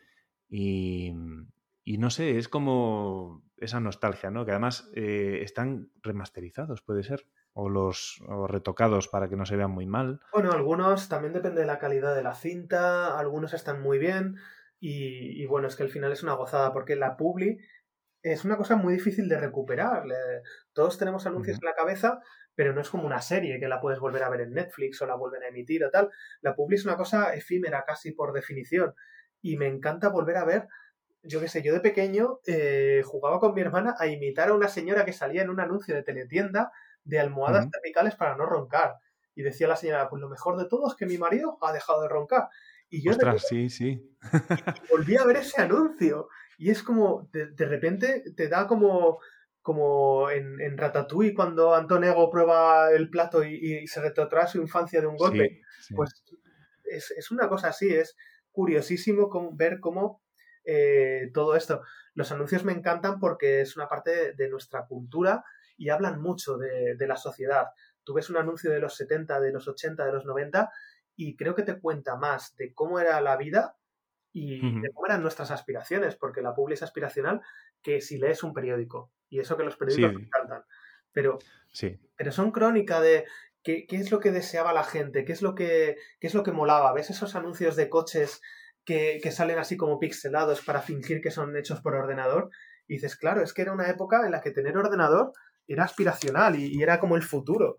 Y, y no sé, es como esa nostalgia, ¿no? Que además eh, están remasterizados, puede ser, o los o retocados para que no se vean muy mal. Bueno, algunos también depende de la calidad de la cinta, algunos están muy bien y, y bueno, es que al final es una gozada porque la publi es una cosa muy difícil de recuperar. Le- todos tenemos anuncios Ujú. en la cabeza, pero no es como una serie que la puedes volver a ver en Netflix o la vuelven a emitir o tal. La publi es una cosa efímera casi por definición y me encanta volver a ver. Yo qué sé, yo de pequeño eh, jugaba con mi hermana a imitar a una señora que salía en un anuncio de teletienda de almohadas Ujú. tropicales para no roncar. Y decía la señora, pues lo mejor de todo es que mi marido ha dejado de roncar. Y yo de Ostras, sí, sí. volví a ver ese anuncio y es como, de, de repente te da como, como en, en Ratatouille cuando Antonego prueba el plato y, y se retrotrae su infancia de un golpe. Sí, sí. Pues es, es una cosa así, es curiosísimo cómo- ver cómo eh, todo esto. Los anuncios me encantan porque es una parte de, de nuestra cultura y hablan mucho de, de la sociedad. Tú ves un anuncio de los setenta, de los ochenta, de los noventa y creo que te cuenta más de cómo era la vida y de Ujú. cómo eran nuestras aspiraciones, porque la publi es aspiracional que si lees un periódico. Y eso que los periódicos me Sí, encantan. Pero, sí. pero son crónica de qué, qué es lo que deseaba la gente, qué es lo que, qué es lo que molaba. ¿Ves esos anuncios de coches que, que salen así como pixelados para fingir que son hechos por ordenador? Y dices, claro, es que era una época en la que tener ordenador era aspiracional y, y era como el futuro.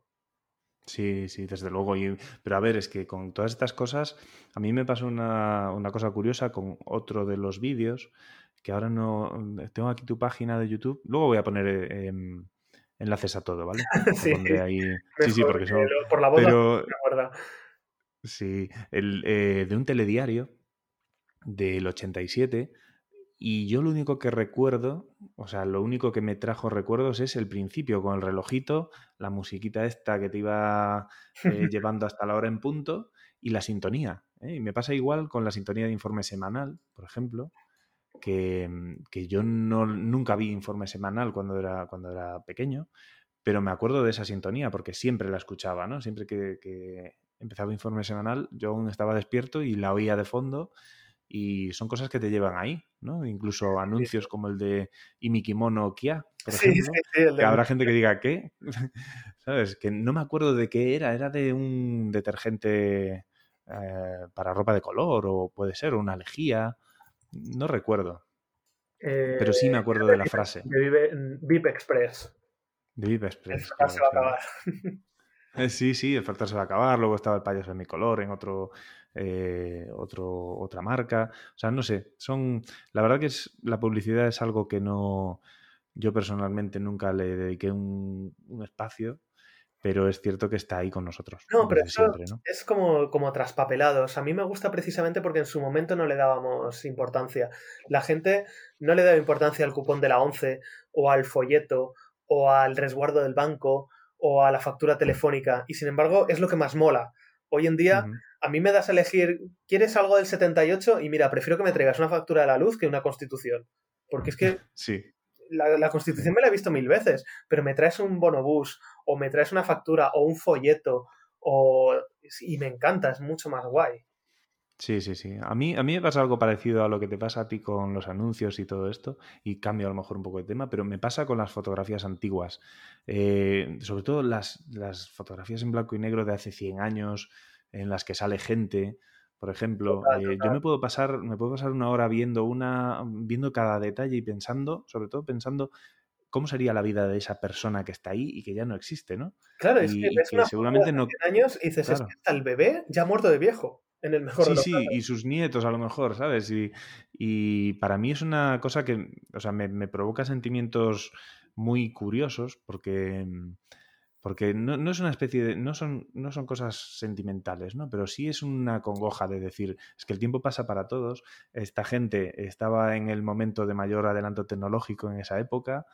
Sí, sí, desde luego. Y- pero a ver, es que con todas estas cosas, a mí me pasó una, una cosa curiosa con otro de los vídeos, que ahora no... Tengo aquí tu página de YouTube. Luego voy a poner eh, em, enlaces a todo, ¿vale? Lo Sí, pondré ahí. Sí, sí, mejor porque que son... lo- por la voz la Pero me acuerda. sí, el, eh, de un telediario del ochenta y siete. Y yo lo único que recuerdo, o sea, lo único que me trajo recuerdos es el principio, con el relojito, la musiquita esta que te iba eh, llevando hasta la hora en punto y la sintonía. ¿eh? Y me pasa igual con la sintonía de informe semanal, por ejemplo, que, mm, que yo no, nunca vi informe semanal cuando era, cuando era pequeño, pero me acuerdo de esa sintonía porque siempre la escuchaba, ¿no? Siempre que, que empezaba informe semanal, yo aún estaba despierto y la oía de fondo y son cosas que te llevan ahí, ¿no? Incluso anuncios como el de Imikimono Kia, por Sí, sí, ejemplo, sí, el que del... habrá gente que diga, ¿qué? ¿Sabes? Que no me acuerdo de qué era, era de un detergente eh, para ropa de color o puede ser una lejía, no recuerdo. Eh, Pero sí me acuerdo de la frase. De Vive, V I P Express. De Vive El Express, fracaso se va a acabar. Eh, Sí, sí, el Fertar se va a acabar, luego estaba el payaso de mi color en otro, eh, otro, otra marca. O sea, no sé, son. La verdad que es, la publicidad es algo que no. Yo personalmente nunca le dediqué un, un espacio, pero es cierto que está ahí con nosotros No, pero desde eso siempre, ¿no? es como, como traspapelados. A mí me gusta precisamente porque en su momento no le dábamos importancia. La gente no le daba importancia al cupón de la ONCE, o al folleto, o al resguardo del banco, o a la factura telefónica. Y sin embargo, es lo que más mola. Hoy en día, Ujú. a mí me das a elegir, ¿quieres algo del setenta y ocho? Y mira, prefiero que me traigas una factura de la luz que una constitución. Porque es que Sí, la, la sí. Constitución me la he visto mil veces, pero me traes un bonobús, o me traes una factura, o un folleto, o... y me encanta, es mucho más guay. Sí, sí, sí. A mí, a mí me pasa algo parecido a lo que te pasa a ti con los anuncios y todo esto, y cambio a lo mejor un poco de tema, pero me pasa con las fotografías antiguas. Eh, sobre todo las, las fotografías en blanco y negro de hace cien años, en las que sale gente, por ejemplo. Total, Eh, yo total. me puedo pasar, me puedo pasar una hora viendo una, viendo cada detalle y pensando, sobre todo pensando cómo sería la vida de esa persona que está ahí y que ya no existe, ¿no? Claro, es que Y, y ves que una foto de seguramente hace no. cien años y dices, es que Claro. está el bebé ya muerto de viejo, en el mejor de Sí, los sí, y casos. sus nietos a lo mejor, ¿sabes? Y, y para mí es una cosa que, o sea, me, me provoca sentimientos muy curiosos porque, porque no, no es una especie de, no son, no son cosas sentimentales, ¿no? Pero sí es una congoja de decir, es que el tiempo pasa para todos, esta gente estaba en el momento de mayor adelanto tecnológico en esa época,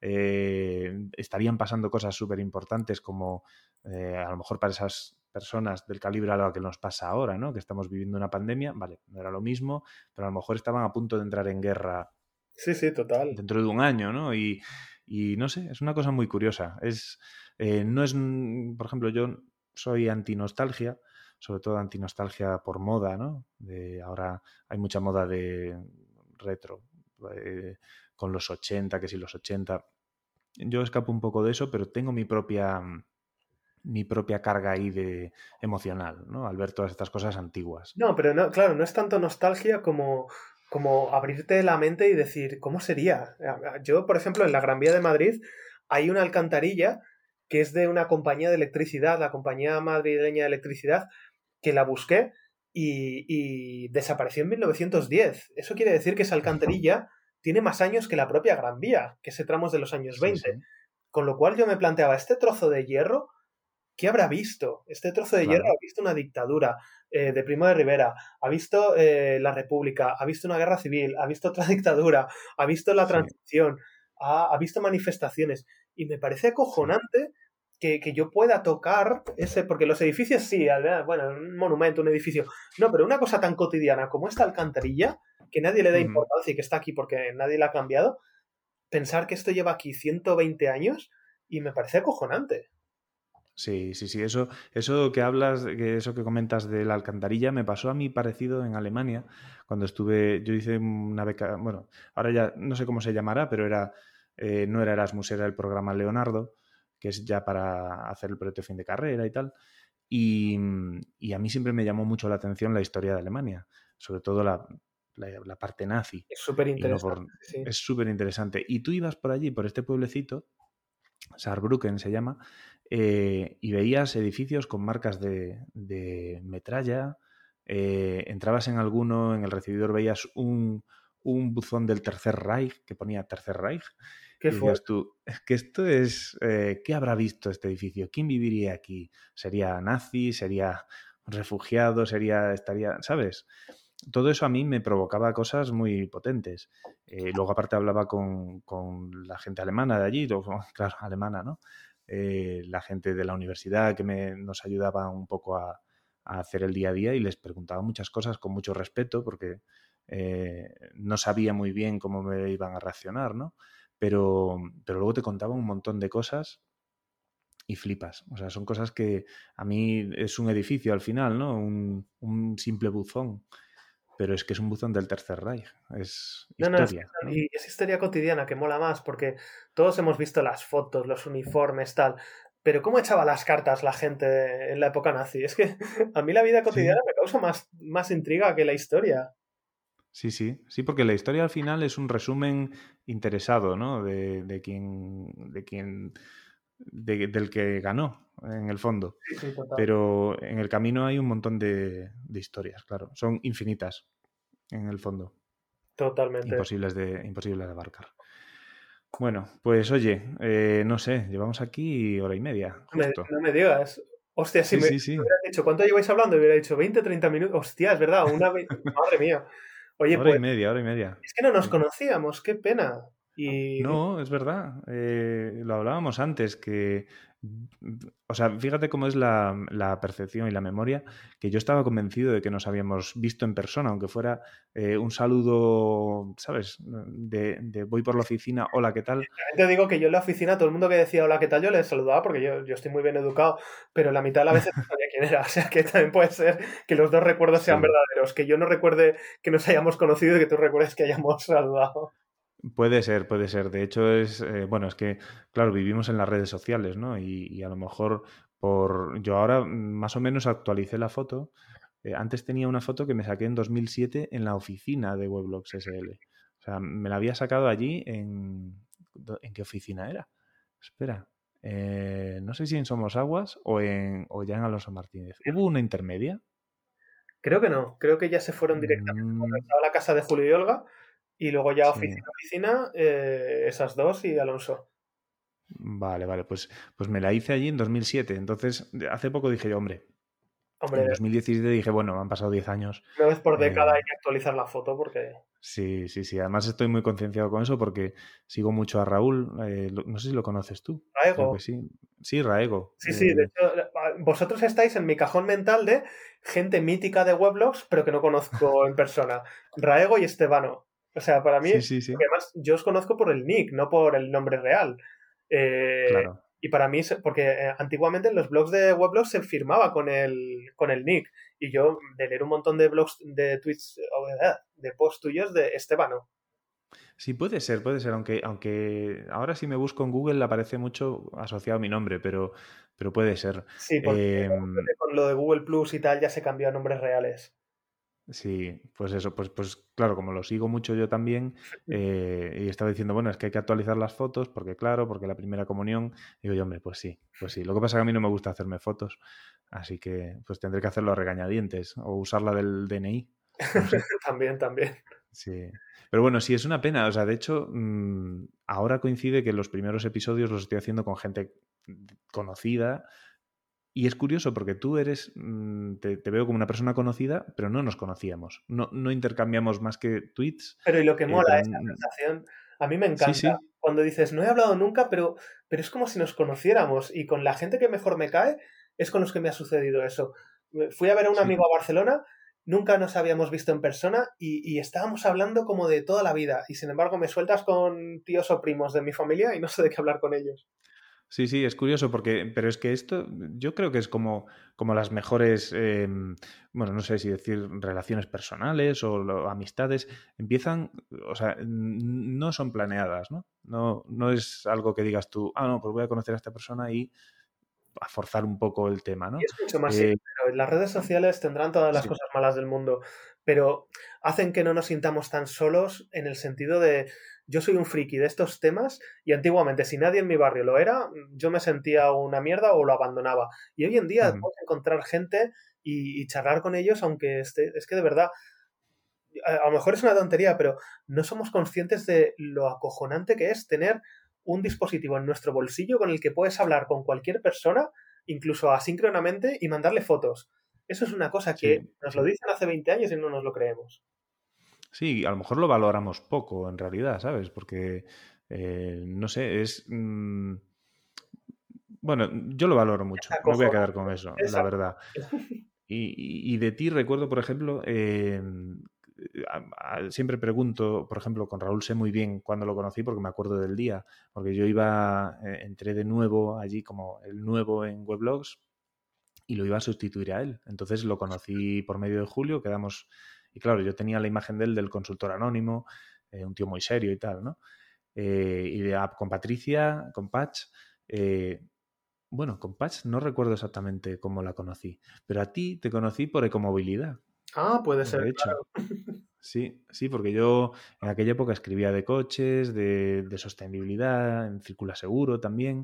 eh, estarían pasando cosas súper importantes como eh, a lo mejor para esas personas del calibre a lo que nos pasa ahora, ¿no? Que estamos viviendo una pandemia, vale, no era lo mismo, pero a lo mejor estaban a punto de entrar en guerra Sí, sí, total. dentro de un año, ¿no? Y, y no sé, es una cosa muy curiosa. Es, eh, no es, por ejemplo, yo soy antinostalgia, sobre todo antinostalgia por moda, ¿no? De, ahora hay mucha moda de retro, eh, con los ochenta, que si los ochenta. Yo escapo un poco de eso, pero tengo mi propia mi propia carga ahí de emocional, ¿no? Al ver todas estas cosas antiguas. No, pero no, claro, no es tanto nostalgia como, como abrirte la mente y decir, ¿cómo sería? Yo, por ejemplo, en la Gran Vía de Madrid hay una alcantarilla que es de una compañía de electricidad, la compañía madrileña de electricidad, que la busqué y, y desapareció en mil novecientos diez. Eso quiere decir que esa alcantarilla tiene más años que la propia Gran Vía, que ese tramo es de los años Sí, veinte. sí, Con lo cual yo me planteaba, este trozo de hierro, ¿qué habrá visto? Este trozo de hierro claro. ha visto una dictadura eh, de Primo de Rivera, ha visto eh, la República, ha visto una guerra civil, ha visto otra dictadura, ha visto la Sí, transición, ha, ha visto manifestaciones. Y me parece sí. acojonante que, que, yo pueda tocar ese, porque los edificios sí, bueno, un monumento, un edificio, no, pero una cosa tan cotidiana como esta alcantarilla, que nadie le da Ujú. importancia y que está aquí porque nadie la ha cambiado, pensar que esto lleva aquí ciento veinte años y me parece acojonante. Sí, sí, sí. Eso, eso que hablas, que eso que comentas de la alcantarilla, me pasó a mí parecido en Alemania, cuando estuve, yo hice una beca, bueno, ahora ya no sé cómo se llamará, pero era, eh, no era Erasmus, era el programa Leonardo, que es ya para hacer el proyecto de fin de carrera y tal. Y, y a mí siempre me llamó mucho la atención la historia de Alemania, sobre todo la, la, la parte nazi. Es súper Y no interesante, por, sí. es súper interesante. Y tú ibas por allí, por este pueblecito, Saarbrücken se llama, eh, y veías edificios con marcas de, de metralla, eh, entrabas en alguno, en el recibidor veías un, un buzón del Tercer Reich que ponía Tercer Reich, Qué y decías fuerte. tú, es que esto es, eh, ¿qué habrá visto este edificio? ¿Quién viviría aquí? ¿Sería nazi? ¿Sería refugiado? ¿Sería, estaría, ¿sabes? Todo eso a mí me provocaba cosas muy potentes. Eh, luego aparte hablaba con, con, la gente alemana de allí, claro, alemana, ¿no? Eh, la gente de la universidad que me, nos ayudaba un poco a, a, hacer el día a día y les preguntaba muchas cosas con mucho respeto porque eh, no sabía muy bien cómo me iban a reaccionar, ¿no? Pero, pero luego te contaba un montón de cosas y flipas. O sea, son cosas que a mí es un edificio al final, ¿no? Un, un simple buzón, pero es que es un buzón del Tercer Reich, es No, no, es que historia, son- ¿no? y es historia cotidiana que mola más, porque todos hemos visto las fotos, los uniformes, tal. Pero ¿cómo echaba las cartas la gente en la época nazi? Es que a mí la vida cotidiana Sí, me causa más, más intriga que la historia. Sí, sí, sí, porque la historia al final es un resumen interesado, ¿no? De, de quien, de quien, de- del que ganó, en el fondo. Sí, sí, total. Pero en el camino hay un montón de, de historias, claro. Son infinitas, en el fondo. Totalmente. Imposibles de, imposibles de abarcar. Bueno, pues oye, eh, no sé, llevamos aquí hora y media, No me, justo. no me digas. Hostia, si Sí, me, sí, si me sí. hubieras dicho, ¿cuánto lleváis hablando? Hubiera dicho veinte treinta minutos. Hostia, es verdad, una ve- madre mía. Oye, Hora y pues media, hora y media. es que no nos Sí. conocíamos, qué pena. Y No, es verdad. Eh, lo hablábamos antes, que, o sea, fíjate cómo es la, la percepción y la memoria, que yo estaba convencido de que nos habíamos visto en persona, aunque fuera eh, un saludo, ¿sabes? De, de voy por la oficina, hola, ¿qué tal? también te digo que yo en la oficina, todo el mundo que decía hola, ¿qué tal? Yo les saludaba porque yo, yo estoy muy bien educado, pero la mitad de las veces no sabía quién era. O sea que también puede ser que los dos recuerdos sean Sí. verdaderos, que yo no recuerde que nos hayamos conocido y que tú recuerdes que hayamos saludado. Puede ser, puede ser. De hecho, es, eh, bueno, es que, claro, vivimos en las redes sociales, ¿no? Y, y a lo mejor por... Yo ahora mm, más o menos actualicé la foto. Eh, antes tenía una foto que me saqué en dos mil siete en la oficina de Weblogs S L. O sea, me la había sacado allí en... do- ¿En qué oficina era? Espera. Eh, no sé si en Somos Aguas o, en, o ya en Alonso Martínez. ¿Hubo una intermedia? Creo que no, creo que ya se fueron directamente cuando Mm, estaba la casa de Julio y Olga y luego ya sí. oficina, oficina, eh, esas dos y Alonso. Vale, vale, pues, pues me la hice allí en dos mil siete. Entonces, de- hace poco dije yo, hombre, Hombre, en dos mil diecisiete dije, bueno, han pasado diez años. una vez por década eh, hay que actualizar la foto porque... sí, sí, sí. Además estoy muy concienciado con eso porque sigo mucho a Raúl. eh, lo- no sé si lo conoces tú. Creo que Raego. sí. Sí, Raego. Sí, sí, de eh, hecho, vosotros estáis en mi cajón mental de gente mítica de Weblogs, pero que no conozco en persona. Raego y Estebano. O sea, para mí, sí, sí, sí. porque además yo os conozco por el nick, no por el nombre real. Eh, Claro. y para mí, se- porque eh, antiguamente en los blogs de Weblogs se firmaba con el, con el nick. Y yo, de leer un montón de blogs, de tweets, o de, de posts tuyos de Estebano. Sí, puede ser, puede ser. Aunque, aunque ahora si me busco en Google le aparece mucho asociado a mi nombre, pero, pero puede ser. Sí, porque Em, con lo de Google Plus y tal ya se cambió a nombres reales. Sí, pues eso, pues, pues claro, como lo sigo mucho yo también, eh, y estaba diciendo, bueno, es que hay que actualizar las fotos, porque claro, porque la primera comunión, digo yo, hombre, pues sí, pues sí. Lo que pasa es que a mí no me gusta hacerme fotos, así que pues tendré que hacerlo a regañadientes o usar la del D N I, no sé. También, también. Sí. Pero bueno, sí, es una pena. O sea, de hecho, mmm, ahora coincide que los primeros episodios los estoy haciendo con gente conocida. Y es curioso porque tú eres, mm, te, te veo como una persona conocida, pero no nos conocíamos. No, no intercambiamos más que tweets, Pero y lo que eh, mola, pero esa mm, sensación, a mí me sí, encanta. sí, Cuando dices, no he hablado nunca, pero, pero es como si nos conociéramos. Y con la gente que mejor me cae, es con los que me ha sucedido eso. Fui a ver a un sí, amigo a Barcelona, nunca nos habíamos visto en persona y, y estábamos hablando como de toda la vida. Y sin embargo, me sueltas con tíos o primos de mi familia y no sé de qué hablar con ellos. sí, sí, es curioso porque, pero es que esto yo creo que es como, como las mejores, eh, bueno, no sé si decir relaciones personales o lo- amistades, empiezan, o sea, n- no son planeadas, ¿no? No, no es algo que digas tú, ah, no, pues voy a conocer a esta persona y a forzar un poco el tema, Y ¿no? es mucho más Eh, sincero. Las redes sociales tendrán todas las sí. cosas malas del mundo, pero hacen que no nos sintamos tan solos en el sentido de yo soy un friki de estos temas y antiguamente si nadie en mi barrio lo era, yo me sentía una mierda o lo abandonaba. Y hoy en día Ujú. puedes encontrar gente y, y charlar con ellos, aunque esté, es que de verdad, a, a lo mejor es una tontería, pero no somos conscientes de lo acojonante que es tener un dispositivo en nuestro bolsillo con el que puedes hablar con cualquier persona, incluso asíncronamente, y mandarle fotos. Eso es una cosa que Sí, nos lo sí. dicen hace veinte años y no nos lo creemos. Sí, a lo mejor lo valoramos poco en realidad, ¿sabes? Porque, eh, no sé, es... mm, bueno, yo lo valoro Es mucho, me voy a quedar acojonante. con eso, la Exacto. verdad. Y, y- y de ti recuerdo, por ejemplo, eh, a- a- siempre pregunto, por ejemplo, con Raúl sé muy bien cuándo lo conocí porque me acuerdo del día, porque yo iba, eh, entré de nuevo allí como el nuevo en Weblogs y lo iba a sustituir a él. Entonces lo conocí por medio de Julio, quedamos, y claro, yo tenía la imagen de él del consultor anónimo, eh, un tío muy serio y tal, ¿no? Eh, y de, ah, con Patricia, con Patch, eh, bueno, con Patch no recuerdo exactamente cómo la conocí, pero a ti te conocí por ecomovilidad, Ah, puede ser, de hecho. claro. Sí, sí, porque yo en aquella época escribía de coches, de, de sostenibilidad, en Circula Seguro también,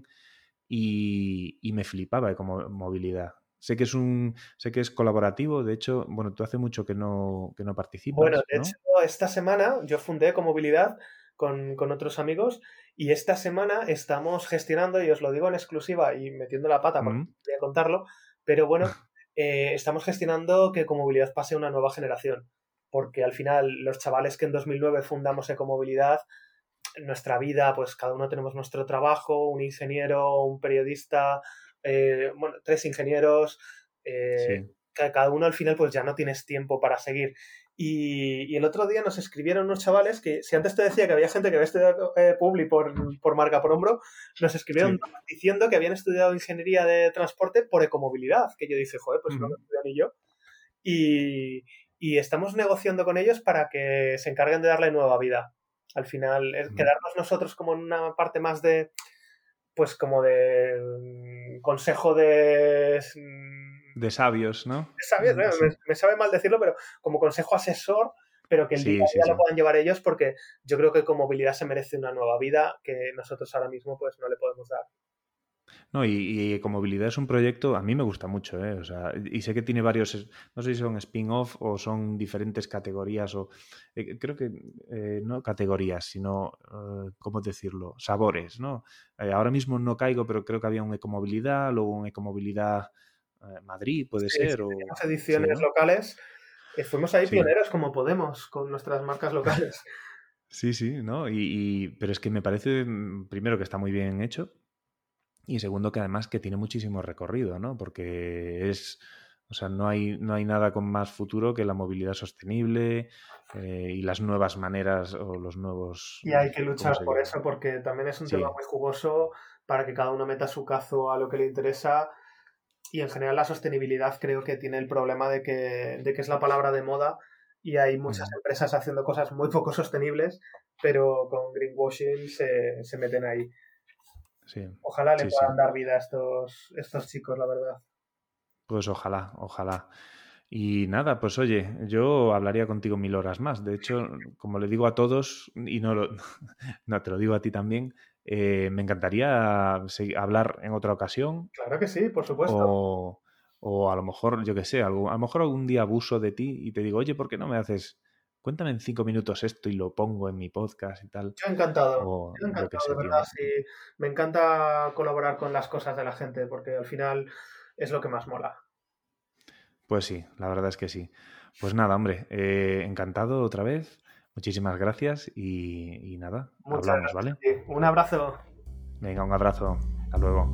y, y me flipaba como movilidad. Sé que es un, sé que es colaborativo, de hecho, bueno, tú hace mucho que no, que no Bueno, participas, de hecho, ¿no? esta semana yo fundé Ecomovilidad con, con otros amigos y esta semana estamos gestionando, y os lo digo en exclusiva y metiendo la pata porque Mm, no voy a contarlo, pero bueno, eh, estamos gestionando que Ecomovilidad pase a una nueva generación. Porque al final los chavales que en dos mil nueve fundamos Ecomovilidad, en nuestra vida, pues cada uno tenemos nuestro trabajo, un ingeniero, un periodista, eh, bueno, tres ingenieros, eh, sí, cada uno al final pues ya no tienes tiempo para seguir. Y, y, el otro día nos escribieron unos chavales que, si antes te decía que había gente que había estudiado eh, Publi por, por marca por hombro, nos escribieron sí. diciendo que habían estudiado ingeniería de transporte por ecomovilidad, que yo dije, joder, pues no lo he Ujú, estudiado ni yo. Y, y estamos negociando con ellos para que se encarguen de darle nueva vida. Al final, es ujú. quedarnos nosotros como en una parte más de, pues como de mm, consejo de... mm, De sabios, ¿no? ¿sabes? Mm, Me, sí, me sabe mal decirlo, pero como consejo asesor, pero que el día sí, a sí, día lo sí. puedan llevar ellos, porque yo creo que con movilidad se merece una nueva vida que nosotros ahora mismo pues no le podemos dar. No, y, y Ecomovilidad es un proyecto, a mí me gusta mucho, ¿eh? O sea, y sé que tiene varios, es- no sé si son spin-off o son diferentes categorías, o eh, creo que eh, no categorías, sino, eh, ¿cómo decirlo? Sabores, ¿no? Eh, ahora mismo no caigo, pero creo que había un Ecomovilidad, luego un Ecomovilidad eh, Madrid, puede Sí, ser, sí, o teníamos sí, ediciones ¿no? locales. Eh, fuimos ahí Sí, pioneros como Podemos con nuestras marcas locales. sí, sí, ¿no? Y, y- pero es que me parece, mm, primero, que está muy bien hecho. Y segundo, que además que tiene muchísimo recorrido, ¿no? Porque es, o sea, no hay, no hay nada con más futuro que la movilidad sostenible eh, y las nuevas maneras o los nuevos, Y hay que ¿cómo luchar se por llama? eso, porque también es un tema Sí, muy jugoso para que cada uno meta su cazo a lo que le interesa. Y en general la sostenibilidad creo que tiene el problema de que, de que es la palabra de moda y hay muchas ujú, empresas haciendo cosas muy poco sostenibles, pero con greenwashing se, se meten ahí. sí, Ojalá le sí, sí. puedan dar vida a estos, estos chicos, la verdad. Pues ojalá, ojalá. Y nada, pues oye, yo hablaría contigo mil horas más. De hecho, como le digo a todos, y no, lo, no te lo digo a ti también, eh, me encantaría segui- hablar en otra ocasión. Claro que sí, por supuesto. O, o a lo mejor, yo qué sé, algo, a lo mejor algún día abuso de ti y te digo, oye, ¿por qué no me haces? Cuéntame en cinco minutos esto y lo pongo en mi podcast y tal. Yo encantado, O yo yo qué encantado, de sé, tío. verdad, sí. Me encanta colaborar con las cosas de la gente porque al final es lo que más mola. Pues sí, la verdad es que sí. Pues nada, hombre, eh, encantado otra vez. Muchísimas gracias y, y nada, Muchas hablamos, gracias a ¿vale? ti. Un abrazo. Venga, un abrazo. Hasta luego.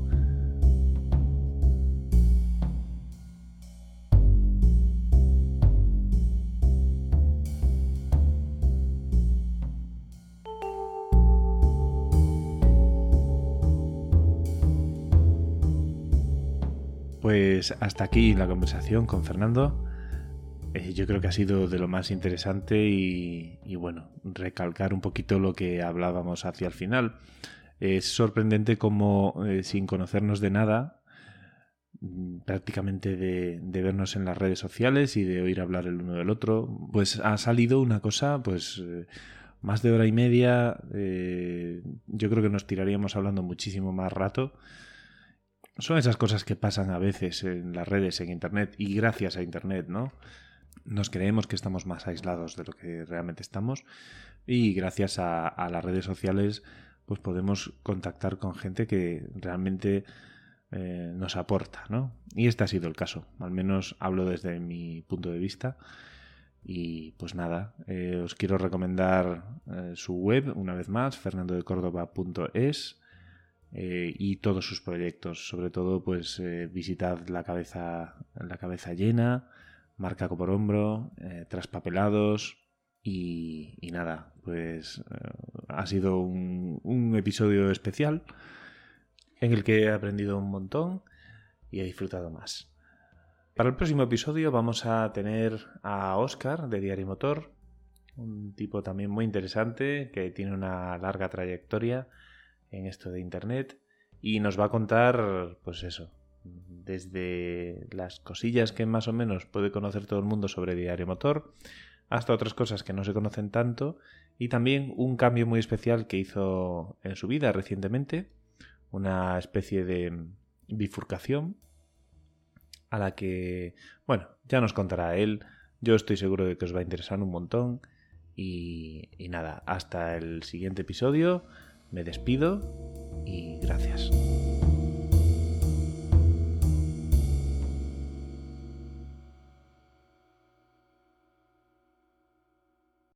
Pues hasta aquí la conversación con Fernando. Eh, yo creo que ha sido de lo más interesante y, y bueno, recalcar un poquito lo que hablábamos hacia el final. Es sorprendente cómo, eh, sin conocernos de nada, mm, prácticamente de, de vernos en las redes sociales y de oír hablar el uno del otro, pues ha salido una cosa, pues eh, más de hora y media. Eh, yo creo que nos tiraríamos hablando muchísimo más rato. Son esas cosas que pasan a veces en las redes, en Internet y gracias a Internet, ¿no? Nos creemos que estamos más aislados de lo que realmente estamos y gracias a, a las redes sociales pues podemos contactar con gente que realmente eh, nos aporta, ¿no? Y este ha sido el caso, al menos hablo desde mi punto de vista. Y pues nada, eh, os quiero recomendar eh, su web una vez más, fernando de córdoba punto es, eh, y todos sus proyectos. Sobre todo, pues eh, visitad la cabeza, la cabeza llena, Marca por hombro, eh, Traspapelados y, y nada, pues eh, ha sido un, un episodio especial en el que he aprendido un montón y he disfrutado más. Para el próximo episodio vamos a tener a Óscar de Diario Motor, un tipo también muy interesante que tiene una larga trayectoria en esto de Internet y nos va a contar, pues eso, desde las cosillas que más o menos puede conocer todo el mundo sobre Diario Motor hasta otras cosas que no se conocen tanto, y también un cambio muy especial que hizo en su vida recientemente, una especie de bifurcación a la que, bueno, ya nos contará él. Yo estoy seguro de que os va a interesar un montón. Y, y nada, hasta el siguiente episodio. Me despido